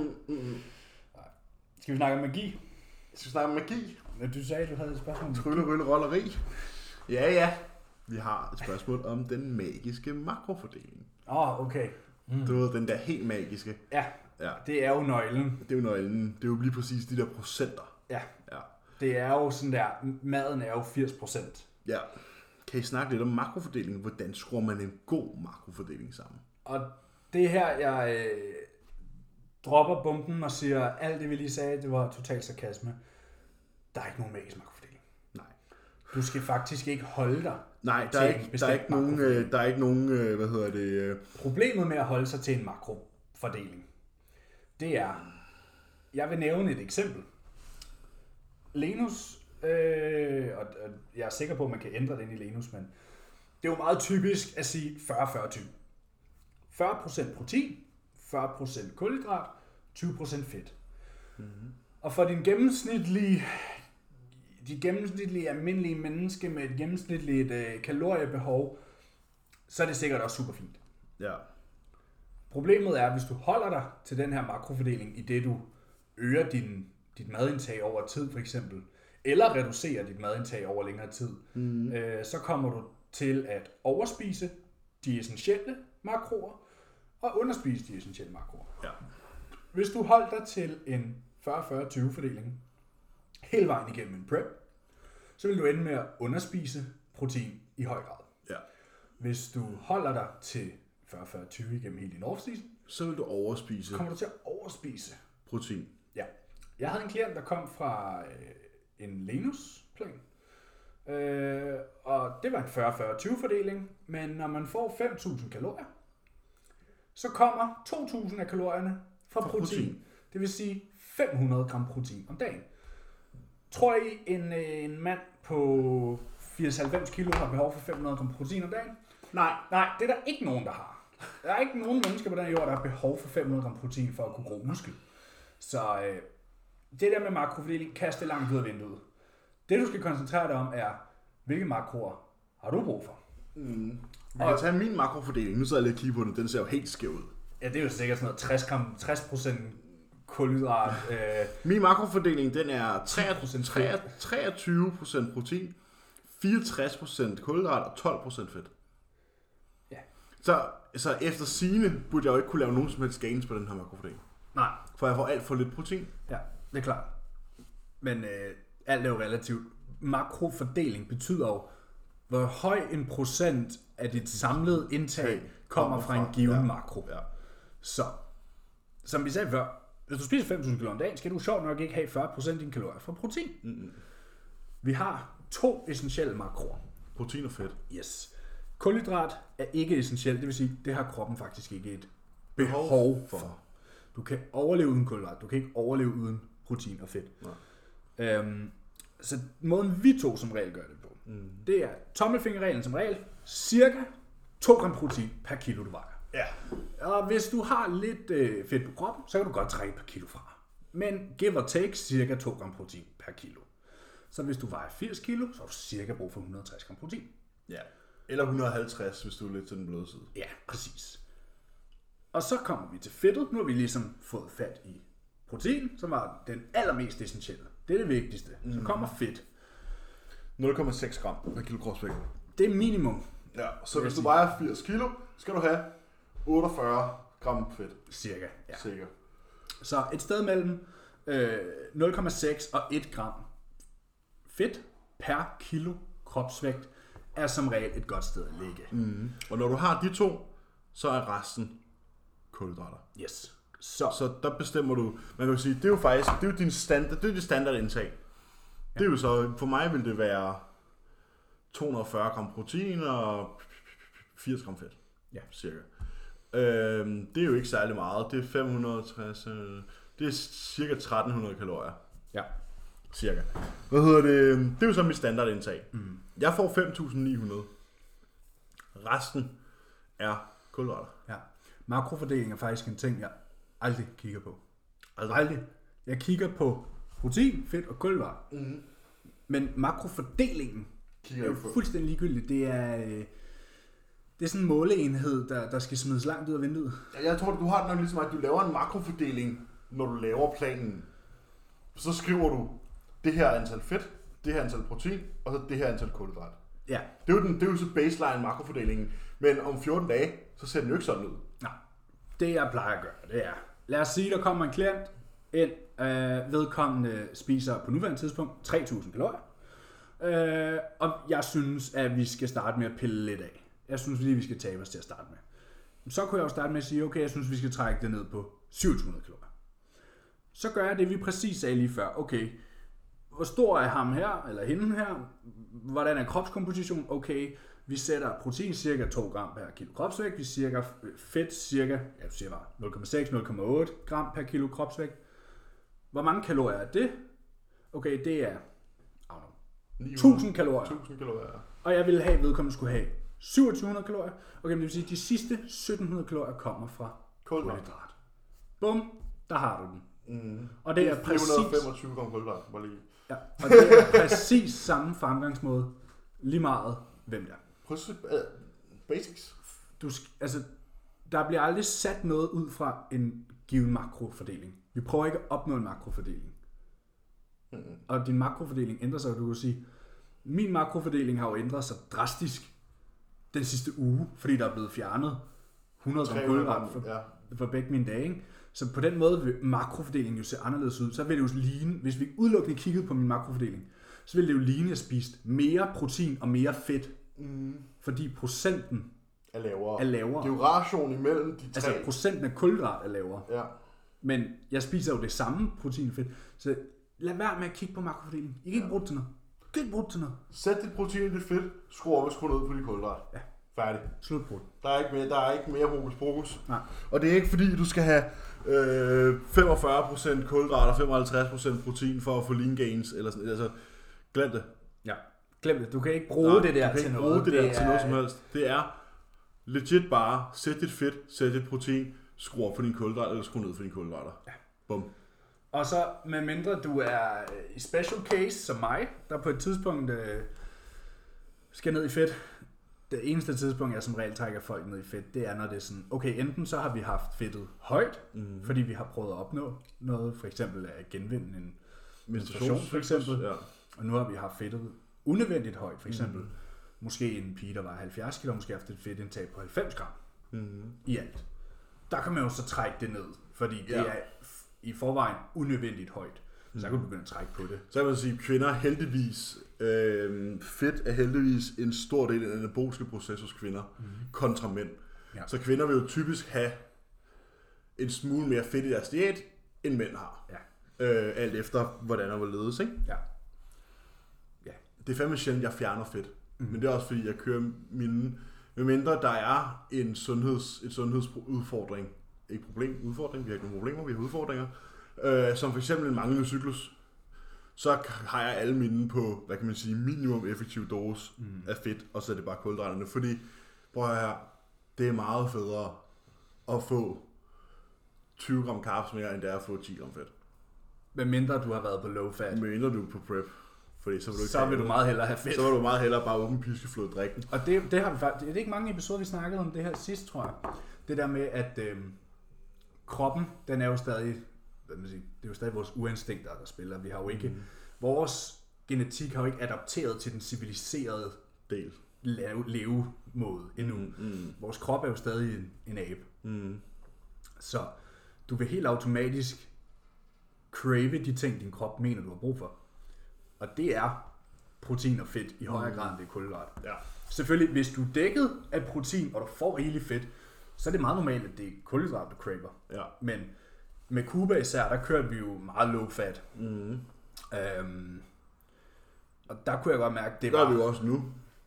Skal vi snakke om magi? Du sagde, du havde et spørgsmål om Tryllerolleri. Ja. Vi har et spørgsmål om den magiske makrofordeling. Okay. Du ved, den der helt magiske. Ja. Det er jo nøglen. Det er jo lige præcis de der procenter. Ja. Det er jo sådan der, maden er jo 80%. Ja. Kan I snakke lidt om makrofordeling? Hvordan skruer man en god makrofordeling sammen? Og det her, jeg dropper bomben og siger, alt det vi lige sagde, det var total sarkasme. Der er ikke nogen magisk makrofordeling. Nej. Du skal faktisk ikke holde dig. Nej, der er ikke nogen, Problemet med at holde sig til en makrofordeling, det er, jeg vil nævne et eksempel. Lenus, og jeg er sikker på, at man kan ændre det ind i Lenus, men det er jo meget typisk at sige 40-40-20. 40% protein, 40% kulhydrat, 20% fedt. Mm-hmm. Og for de gennemsnitlige almindelige menneske med et gennemsnitligt kaloriebehov, så er det sikkert også super fint. Ja. Problemet er, hvis du holder dig til den her makrofordeling, i det du øger dit madindtag over tid for eksempel, eller reducerer dit madindtag over længere tid, så kommer du til at overspise de essentielle makroer, og underspise de essentielle makroer. Ja. Hvis du holder dig til en 40-40-20 fordeling, hele vejen igennem en prep, så vil du ende med at underspise protein i høj grad. Ja. Hvis du holder dig til 40-40-20 igennem hele din off-season, så vil du overspise. Kommer du til at overspise protein. Ja. Jeg havde en klient, der kom fra en Lenus-plan, og det var en 40-40-20 fordeling, men når man får 5.000 kalorier, så kommer 2.000 af kalorierne fra protein. Det vil sige 500 gram protein om dagen. Tror I, en mand på 80-90 kilo har behov for 500 gram protein om dagen? Nej, det er der ikke nogen, der har. Der er ikke nogen mennesker på den jord, der har behov for 500 gram protein for at kunne gro muskel. Så det der med makrofordeling, kast det langt ud af vinduet. Det du skal koncentrere dig om er, hvilke makroer har du brug for? Vi kan tage min makrofordeling. Nu sidder jeg lidt og kigger på den. Den ser jo helt skæv ud. Ja, det er jo sikkert sådan noget 60% kulhydrat. Min makrofordeling, den er 23% protein, 64% kulhydrat og 12% fedt. Ja. Så efter sigende burde jeg jo ikke kunne lave nogen som helst gains på den her makrofordeling. Nej. For jeg får alt for lidt protein. Ja, det er klart. Men alt er jo relativt. Makrofordeling betyder jo, hvor høj en procent af dit samlede indtag kommer fra en given makro. Ja. Så, som vi sagde før, hvis du spiser 5.000 kalorier om dagen, skal du sjovt nok ikke have 40% af dine kalorier fra protein. Vi har 2 essentielle makroer. Protein og fedt. Yes. Kulhydrat er ikke essentielt, det vil sige, det har kroppen faktisk ikke et behov for. Du kan overleve uden kulhydrat, du kan ikke overleve uden protein og fedt. Så måden vi to som regel gør det på, det er tommelfingerreglen som regel, cirka 2 gram protein per kilo du vejer. Ja. Og hvis du har lidt fedt på kroppen, så kan du godt trække per kilo fra. Men give or take cirka 2 gram protein per kilo. Så hvis du vejer 80 kilo, så har du cirka brug for 160 gram protein. Ja. Eller 150, hvis du er lidt til den bløde side. Ja, præcis. Og så kommer vi til fedtet. Nu har vi ligesom fået fat i protein, som var den allermest essentielle. Det er det vigtigste. Så kommer fedt. 0,6 gram per kilo kropsvægt. Det er minimum. Ja, så hvis du vejer 80 kilo, skal du have 48 gram fedt. Cirka. Ja. Cirka. Så et sted mellem 0,6 og 1 gram fedt per kilo kropsvægt er som regel et godt sted at ligge. Og når du har de to, så er resten kulhydrater. Yes. Så der bestemmer du, man kan jo sige, det er jo faktisk, det er jo din standard, det er dit standardindtag. Det er jo så, for mig vil det være 240 gram protein og 80 gram fedt. Ja. Cirka. Det er jo ikke særlig meget. Det er 560, det er cirka 1300 kalorier. Ja. Cirka. Det er jo så mit standardindtag. Jeg får 5.900. Resten er kulhydrater. Ja. Makrofordeling er faktisk en ting, jeg aldrig kigger på. Aldrig. Jeg kigger på protein, fedt og kulhydrater. Mm-hmm. Men makrofordelingen er jo fuldstændig ligegyldigt. Det er sådan en måleenhed, der skal smides langt ud af vinduet. Jeg tror, du har det nok ligesom, at du laver en makrofordeling, når du laver planen. Så skriver du det her antal fedt, det her antal protein, og så det her antal kulhydrat. Ja. Det er jo så baseline makrofordelingen. Men om 14 dage, så ser den jo ikke sådan ud. Nej, det jeg plejer at gøre, det er, lad os sige, der kommer en klient ind, vedkommende spiser på nuværende tidspunkt 3.000 kalorier. Og jeg synes, at vi skal starte med at pille lidt af. Jeg synes lige, vi skal tabe os til at starte med. Så kunne jeg jo starte med at sige, okay, jeg synes, vi skal trække det ned på 700 kalorier. Så gør jeg det, vi præcis sagde lige før. Okay, hvor stor er ham her, eller hende her? Hvordan er kropskomposition? Okay, vi sætter protein cirka 2 gram per kilo kropsvægt. Vi cirka fedt cirka, jeg siger bare 0,6-0,8 gram per kilo kropsvægt. Hvor mange kalorier er det? Okay, det er 1000 kalorier. 1000 kalorier. Og jeg ville have, at vedkommende skulle have 2700 kalorier. Okay, men det vil sige, at de sidste 1700 kalorier kommer fra kulhydrat. Bum, der har du den. Mm. Og det er præcis 425 gram kulhydrat. Ja, og det er præcis samme fremgangsmåde, lige meget hvem det er. Basics. Der bliver aldrig sat noget ud fra en given makrofordeling. Vi prøver ikke at opnå en makrofordeling. Og din makrofordeling ændrer sig, du kan sige, min makrofordeling har jo ændret sig drastisk den sidste uge, fordi der er blevet fjernet 100 gram kulhydrat for begge mine dage. Ikke? Så på den måde vil makrofordelingen jo se anderledes ud. Så vil det jo ligne, hvis vi udelukkende kiggede på min makrofordeling, så vil det jo ligne, at jeg spiste mere protein og mere fedt. Fordi procenten er lavere. Det er jo ration imellem de tre. Altså procenten af kulhydrat er lavere. Ja. Men jeg spiser jo det samme protein og fedt. Så lad være med at kigge på makrofordelingen. I kan ikke bruge det til noget. Sæt dit protein og dit fedt, skru op og skru ned på dit kulhydrat. Ja. Færdig. Slutbrud. Der er ikke mere hokus pokus. Nej. Og det er ikke fordi, du skal have 45% kulhydrat og 55% protein for at få lean gains. Eller sådan. Altså, glem det. Ja, glem det. Du kan ikke bruge det der til noget. Til noget som helst. Det er legit bare, sæt dit fedt, sæt dit protein, skru op for din kulhydrat, eller skru ned for dine kulhydrater. Ja. Bum. Og så, med mindre du er i special case som mig, der på et tidspunkt skal ned i fedt. Det eneste tidspunkt, jeg som regel trækker folk ned i fedt, det er, når det er sådan, okay, enten så har vi haft fedtet højt, fordi vi har prøvet at opnå noget, for eksempel at genvinde en menstruation, for eksempel. Ja. Og nu har vi haft fedtet unødvendigt højt, for eksempel. Måske en pige, der var 70 kilo, måske haft et fedtindtag på 90 gram i alt. Der kan man jo så trække det ned, fordi det er i forvejen unødvendigt højt. Så kan du begynde at trække på det. Så kan man sige, at kvinder heldigvis, fedt er heldigvis en stor del af den anaboliske proces hos kvinder, kontra mænd. Ja. Så kvinder vil jo typisk have en smule mere fedt i deres diæt, end mænd har. Ja. Alt efter, hvordan og hvorledes, ikke? Ja. Det er fandme sjældent, jeg fjerner fedt. Men det er også fordi, jeg kører mine... Medmindre der er en sundhedsudfordring. Ikke udfordring, vi har ikke nogen problemer, vi har udfordringer. Som for eksempel en manglende cyklus. Så har jeg alle mine på, hvad kan man sige, minimum effektiv dose af fedt, og så er det bare kulhydraterne. Fordi, prøv at høre, det er meget federe at få 20 gram carbs mere, end det er at få 10 gram fedt. Medmindre du har været på low fat. Medmindre du er på prep. Fordi så vil du meget hellere have fedt. Så vil du meget hellere bare åbne piskeflod drikken. Og det har vi faktisk, det er ikke mange episoder, vi snakkede om det her sidst, tror jeg. Det der med, at kroppen, den er jo stadig, hvad man siger, det er jo stadig vores urinstinkter, der spiller. Vi har jo ikke, vores genetik har jo ikke adapteret til den civiliserede del levemåde endnu. Vores krop er jo stadig en abe. Så du vil helt automatisk crave de ting, din krop mener, du har brug for. Og det er protein og fedt i højere grad end det er kulhydrat. Ja. Selvfølgelig, hvis du er dækket af protein, og du får rigeligt fedt, så er det meget normalt, at det er kulhydrat, du craver. Ja. Men med Cuba især, der kørte vi jo meget low fat. Og der kunne jeg godt mærke, det var... Det gør vi jo også nu.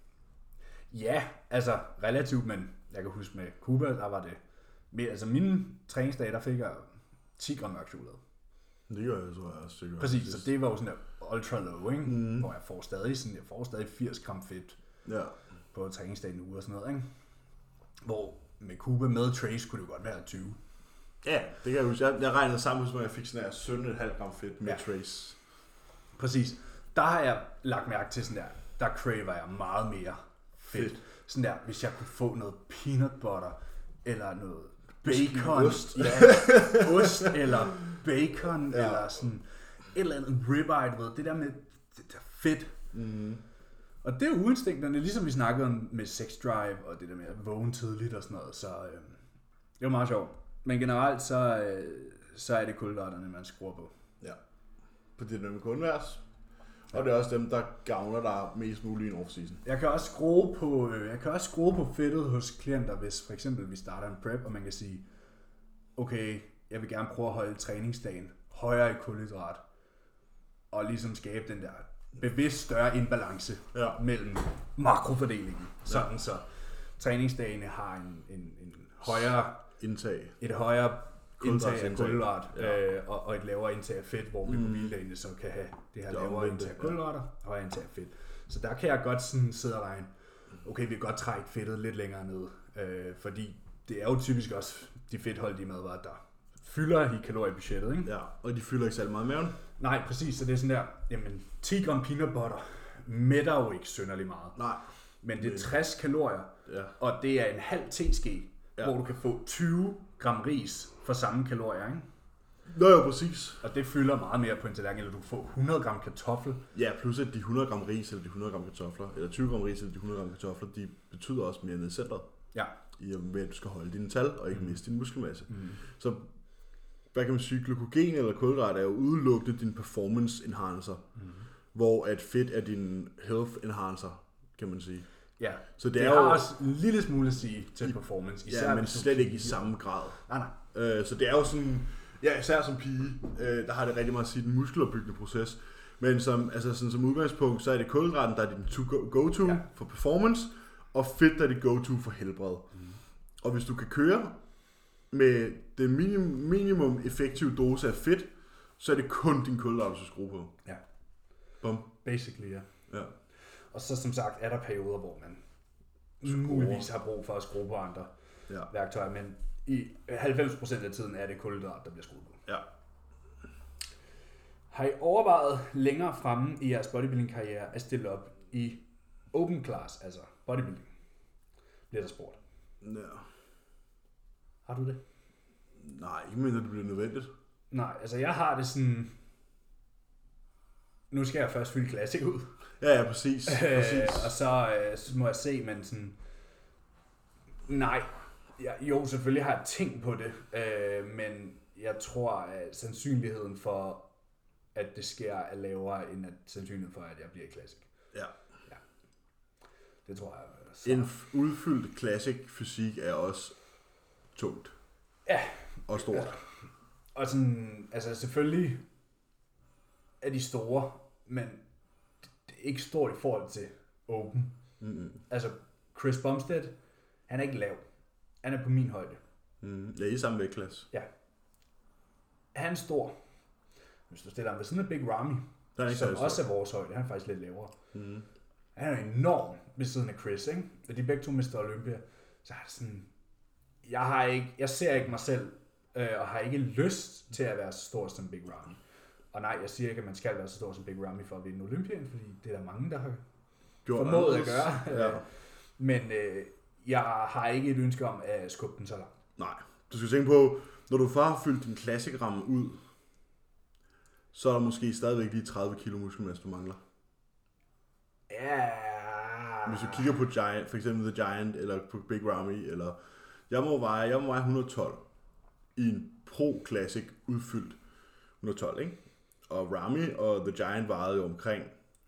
Ja, altså relativt, men jeg kan huske med Cuba, der var det... Men, altså mine træningsdage, der fik jeg 10 gram mørk chokolade. Det gør jeg, tror jeg også. Det præcis, så det var jo sådan der ultra low, ikke? Hvor jeg får stadig 80 gram fedt på træningsdagen en uge og sådan noget, ikke? Hvor med Cuba med Trace kunne det godt være 20. Ja, det kan jeg huske. Jeg regnede sammen, hvis jeg fik sådan her 17,5 gram fedt med Trace. Præcis. Der har jeg lagt mærke til sådan der craver jeg meget mere fedt. Sådan der, hvis jeg kunne få noget peanut butter, eller noget bacon, ost, eller bacon, eller sådan et eller andet ribeye, du ved, det der med det der fedt. Og det er jo uinstinkterne, ligesom vi snakkede om med sex drive, og det der med at vågne tidligt og sådan noget, så det var meget sjovt. Men generelt, så er det kulhydraterne, man skruer på. Ja, på det der med kunværs. Og det er også dem, der gavner dig mest muligt i en off-season. Jeg kan også skrue på fedtet hos klienter, hvis for eksempel vi starter en prep, og man kan sige, okay, jeg vil gerne prøve at holde træningsdagen højere i kulhydrat, og ligesom skabe den der bevidst større imbalance mellem makrofordelingen, sådan så træningsdagene har en højere indtag. Et højere indtag af kulhydrat og et lavere indtag af fedt, hvor vi på hviledagene så kan have det her lavere indtag af kulhydrater og højere indtag af fedt. Så der kan jeg godt sådan sidde og regne, okay, vi kan godt trække fedtet lidt længere ned, fordi det er jo typisk også de fedtholdige madvarer, der fylder i kaloriebudgettet, ikke? Ja, og de fylder ikke særlig meget i maven. Nej, præcis, så det er sådan der, jamen 10 gram peanut butter mætter jo ikke synderligt meget. Nej. Men det er 60 kalorier, og det er en halv teske, hvor du kan få 20 gram ris for samme kalorier, ikke? Jo, præcis. Og det fylder meget mere på en tallerken, eller du får 100 gram kartoffel. Ja, plus at de 100 gram ris, eller de 100 gram kartofler, eller 20 gram ris, eller de 100 gram kartofler, de betyder også mere ned i centret. Ja. I og med, at du skal holde dine tal, og ikke miste din muskelmasse. Så, hvad kan man sige, glykogen eller kulhydrat er jo udelukkende din performance enhancer, hvor at fedt er din health enhancer, kan man sige. Ja, så det har jo også en lille smule at sige til performance. Især men slet ikke i samme grad. Nej. Så det er jo sådan, især som pige, der har det rigtig meget at sige den muskelopbyggende proces. Men som, altså sådan, som udgangspunkt, så er det kulhydraten, der er din go-to for performance, og fedt, der er dit go-to for helbred. Og hvis du kan køre med det minimum effektive dose af fedt, så er det kun din kulhydrat, du skal skrue på. Ja. Bum. Basically, ja. Og så som sagt er der perioder, hvor man muligvis har brug for at skrue på andre værktøjer, men i 90% af tiden er det kulhydrat, der bliver skruet på. Ja. Har I overvejet længere fremme i jeres bodybuilding-karriere at stille op i open class, altså bodybuilding? Bliver der sport? Ja. Har du det? Nej, ikke mindre det bliver nødvendigt. Nej, altså jeg har det sådan... Nu skal jeg først fylde Classic ud. Ja, præcis. Og så må jeg se, men sådan... Nej, jo, selvfølgelig har jeg tænkt på det, men jeg tror, at sandsynligheden for, at det sker, er lavere, end at sandsynligheden for, at jeg bliver Classic. Ja. Det tror jeg. Så. En udfyldt Classic fysik er også tungt. Ja. Og stort. Ja. Og sådan, altså selvfølgelig er de store, men det er ikke stort i forhold til open. Altså Chris Bumstead, han er ikke lav. Han er på min højde. Ja, i samme vægtklasse. Ja. Han er stor. Hvis du stiller ham ved sådan en Big Ramy, som også er vores højde, han er faktisk lidt lavere. Han er enorm ved siden af Chris, ikke? Og de er begge to Mr. Olympia. Så er det sådan, jeg ser ikke mig selv, og har ikke lyst til at være så stor som Big Ramy. Og nej, jeg siger ikke, at man skal være så stor som Big Ramy for at vinde Olympien, fordi det er der mange, der har formået at gøre. Ja. Men jeg har ikke et ønske om at skubbe den så langt. Nej, du skal tænke på, når du har fyldt din klassikramme ud, så er der måske stadigvæk lige 30 kilo muskelmasse, du mangler. Ja. Hvis du kigger på Giant, for eksempel The Giant, eller på Big Ramy, eller jeg må veje 112 i en Pro Classic udfyldt 112, ikke? Og Ramy og The Giant vejede jo omkring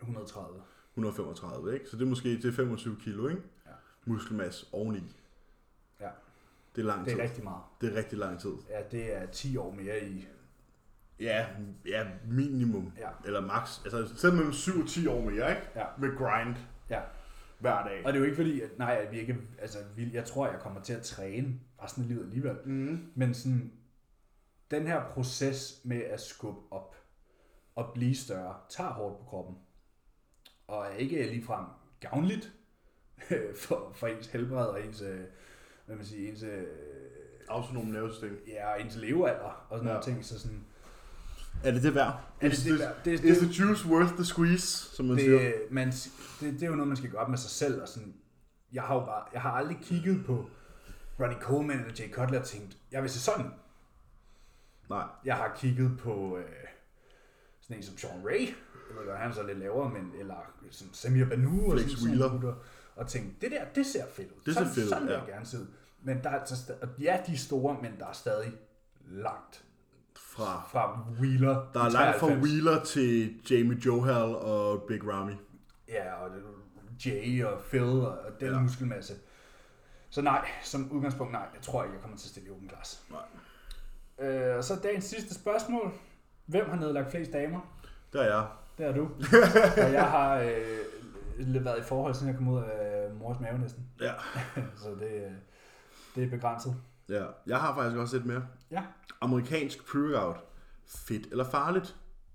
135, ikke? Så det er måske til 25 kilo, ikke? Ja. Muskelmasse oveni. Ja. Det er lang tid. Det er rigtig meget. Det er rigtig lang tid. Ja, det er 10 år mere i Ja, minimum. Ja. Eller max. Altså selv mellem 7 og 10 år mere, ikke? Ja. Med grind. Ja. Hver dag. Og det er jo ikke fordi, at vi ikke... Altså, jeg tror, jeg kommer til at træne resten af livet alligevel. Men sådan... Den her proces med at skubbe op og blive større, tager hårdt på kroppen. Og er ikke ligefrem gavnligt for ens helbred og ens... Hvad man siger, ens... autonom nervesystem. Ja, og ens levealder og sådan nogle ting. Så sådan... Er det værd? Is the juice worth the squeeze, som man siger? Det er jo noget, man skal gøre op med sig selv. Og sådan, jeg har aldrig kigget på Ronnie Coleman eller Jay Cutler og tænkt, jeg vil se sådan. Nej. Jeg har kigget på sådan en som Sean Ray. Jeg ved godt, han er så lidt lavere, men eller sådan Samir Banu og sådan og tænkt, det ser fedt ud. Det ser fedt ud, sådan vil jeg gerne se ud. Men der er de er store, men der er stadig langt fra Wheeler. Der er langt fra Wheeler til Jamie Johal og Big Ramy. Ja, og Jay og Phil og den muskelmasse. Så nej, som udgangspunkt nej. Jeg tror ikke, jeg kommer til at stille i åben glas. Nej. Og så dagens sidste spørgsmål. Hvem har nedlagt flest damer? Det er jeg. Det er du. Og jeg har været i forhold, siden jeg kom ud af mors mave næsten. Ja. Så det er begrænset. Ja, jeg har faktisk også et mere. Ja. Amerikansk pre-workout. Fedt eller farligt?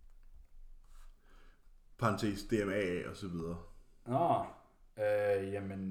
Parentes, DMAA og så videre. Jamen...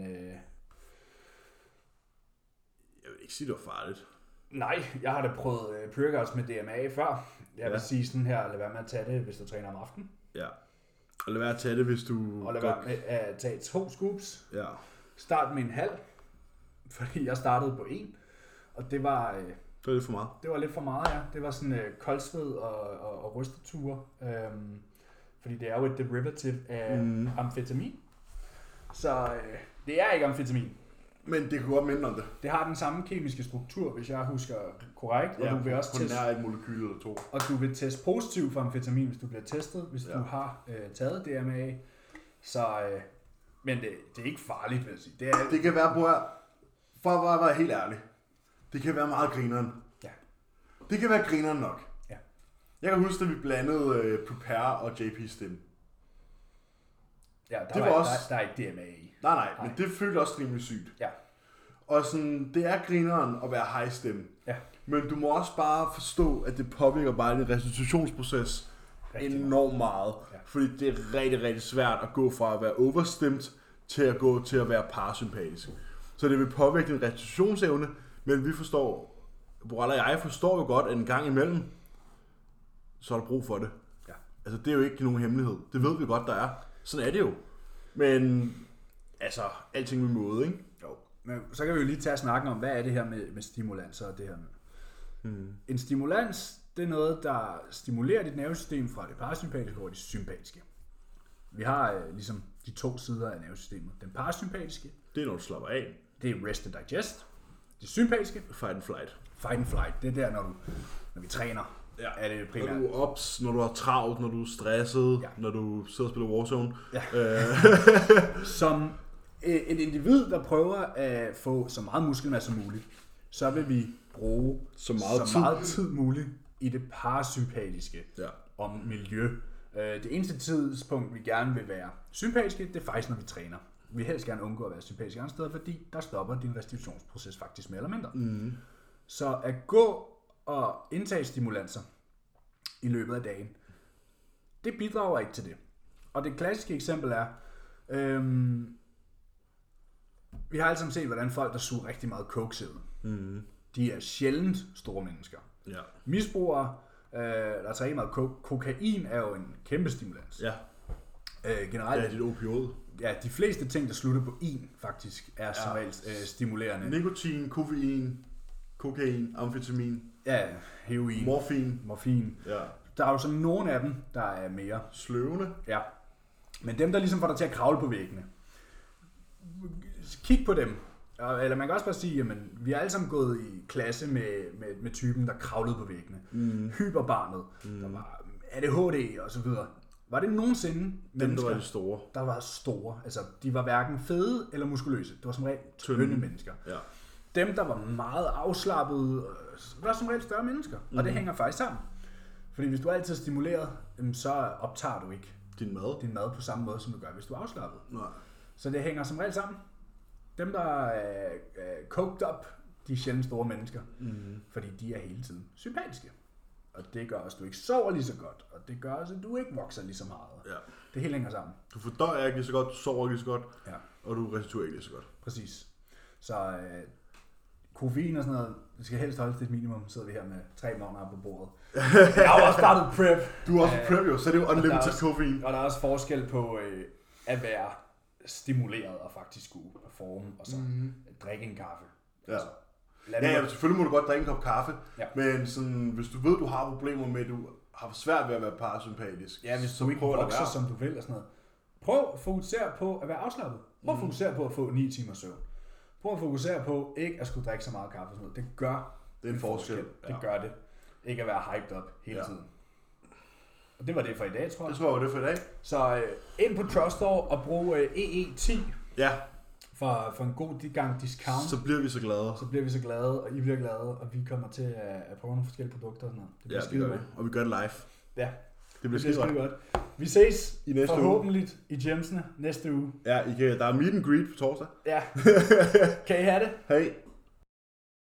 Jeg vil ikke sige, det var farligt. Nej, jeg har da prøvet pre-workouts med DMAA før. Jeg vil sige sådan her, lad være med at tage det, hvis du træner om aftenen. Ja. Og lad være at tage det, hvis du... Og lad være med at tage 2 scoops. Ja. Start med en halv, fordi jeg startede på 1. Og det var... det var lidt for meget. Det var lidt for meget, ja. Det var sådan koldsved og rysteture. Fordi det er jo et derivative af amfetamin. Så det er ikke amfetamin. Men det kan godt minde om det. Det har den samme kemiske struktur, hvis jeg husker korrekt. Ja, og du vil også teste, et molekyl eller 2. Og du vil teste positiv for amfetamin, hvis du bliver testet, hvis du har taget DMAA. Så, men det er ikke farligt, vil jeg sige. Det kan være på for at være helt ærlig. Det kan være meget grineren. Ja. Det kan være grineren nok. Ja. Jeg kan huske, at vi blandede Prepare og JP Stim. Ja, der er ikke DMAA i. Nej, men det følte også rimelig sygt. Ja. Og sådan, det er grineren at være high stem. Ja. Men du må også bare forstå, at det påvirker bare din restitutionsproces enormt meget. Ja. Fordi det er rigtig, rigtig svært at gå fra at være overstemt til at gå til at være parasympatisk. Så det vil påvirke din restitutionsevne, men vi forstår, Boral og jeg forstår jo godt, at en gang imellem, så er der brug for det. Ja. Altså, det er jo ikke nogen hemmelighed. Det ved vi godt, der er. Sådan er det jo. Men altså, alting med måde, ikke? Jo. Men så kan vi jo lige tage snakken om, hvad er det her med stimulanser og det her med. En stimulans, det er noget, der stimulerer dit nervesystem fra det parasympatiske over det sympatiske. Vi har ligesom de 2 sider af nervesystemet. Den parasympatiske. Det er når du slapper af. Det er rest and digest. Det sympatiske. Fight and flight. Fight and flight. Det er der, når vi træner. Ja. Er det primært. Når du er ops, når du har travlt, når du er stresset, når du sidder og spiller Warzone. Ja. Som et individ, der prøver at få så meget muskelmasse som muligt, så vil vi bruge så meget tid muligt i det parasympatiske om miljø. Det eneste tidspunkt, vi gerne vil være sympatiske, det er faktisk, når vi træner. Vi vil helst gerne undgå at være sympatiske andre steder, fordi der stopper din restitutionsproces faktisk mere eller mindre. Så at gå og indtage stimulanser i løbet af dagen, det bidrager ikke til det. Og det klassiske eksempel er, vi har alle sammen set, hvordan folk, der suger rigtig meget coke sidder. De er sjældent store mennesker. Ja. Misbrugere, der tager rigtig meget coke. Kokain er jo en kæmpe stimulans. Ja. Generelt det er dit opioid. Ja, de fleste ting, der slutter på in, faktisk, er som regel stimulerende. Nikotin, koffein, kokain, amfetamin. Ja, heroin. Morfin. Ja. Der er jo sådan nogle af dem, der er mere sløvende. Ja. Men dem, der ligesom får dig til at kravle på væggene. Kig på dem. Eller man kan også bare sige, jamen, vi er alle sammen gået i klasse med typen, der kravlede på væggene. Hyperbarnet, der var ADHD og så videre. Var det nogensinde mennesker, der var store? Altså, de var hverken fede eller muskuløse. Det var som regel tynde mennesker. Ja. Dem, der var meget afslappede, var som regel større mennesker. Og det hænger faktisk sammen. Fordi hvis du er altid stimuleret, så optager du ikke din mad på samme måde, som du gør, hvis du er afslappet. Nej. Så det hænger som regel sammen. Dem, der er coked up, de er sjældent store mennesker, fordi de er hele tiden sympatiske. Og det gør også, at du ikke sover lige så godt, og det gør også, at du ikke vokser lige så meget. Ja. Det hele hænger sammen. Du fordøjer ikke lige så godt, du sover ikke lige så godt, og du restituerer ikke lige så godt. Præcis. Så koffein og sådan noget, det skal helst holdes til et minimum, så sidder vi her med 3 måneder på bordet. Jeg har også startet prep. Du er også prep jo, så det er jo unlimited koffein. Og der er også forskel på at være stimuleret og faktisk skulle performe, og så drikke en kaffe. Ja. Altså, ja, selvfølgelig må du godt drikke en kop kaffe, men sådan, hvis du ved, du har problemer med, at du har svært ved at være parasympatisk. Ja, hvis du ikke vokser, som du vil og sådan noget. Prøv at fokusere på at være afslappet. Prøv at fokusere på at få 9 timer søvn. Prøv at fokusere på ikke at skulle drikke så meget kaffe og sådan noget. Det gør en forskel. Det gør det. Ikke at være hyped up hele tiden. Og det var det for i dag, tror jeg. Det tror jeg var det for i dag. Så ind på Truststore og brug EE10. Ja. For en god gang discount. Så bliver vi så glade. Og I bliver glade, og vi kommer til at prøve nogle forskellige produkter og sådan noget. Det bliver skide godt. Og vi gør det live. Ja. Det bliver skide godt. Vi ses i næste forhåbentlig i Gymsene næste uge. Ja, der er meet and greet på torsdag. Ja. Kan I have det? Hej.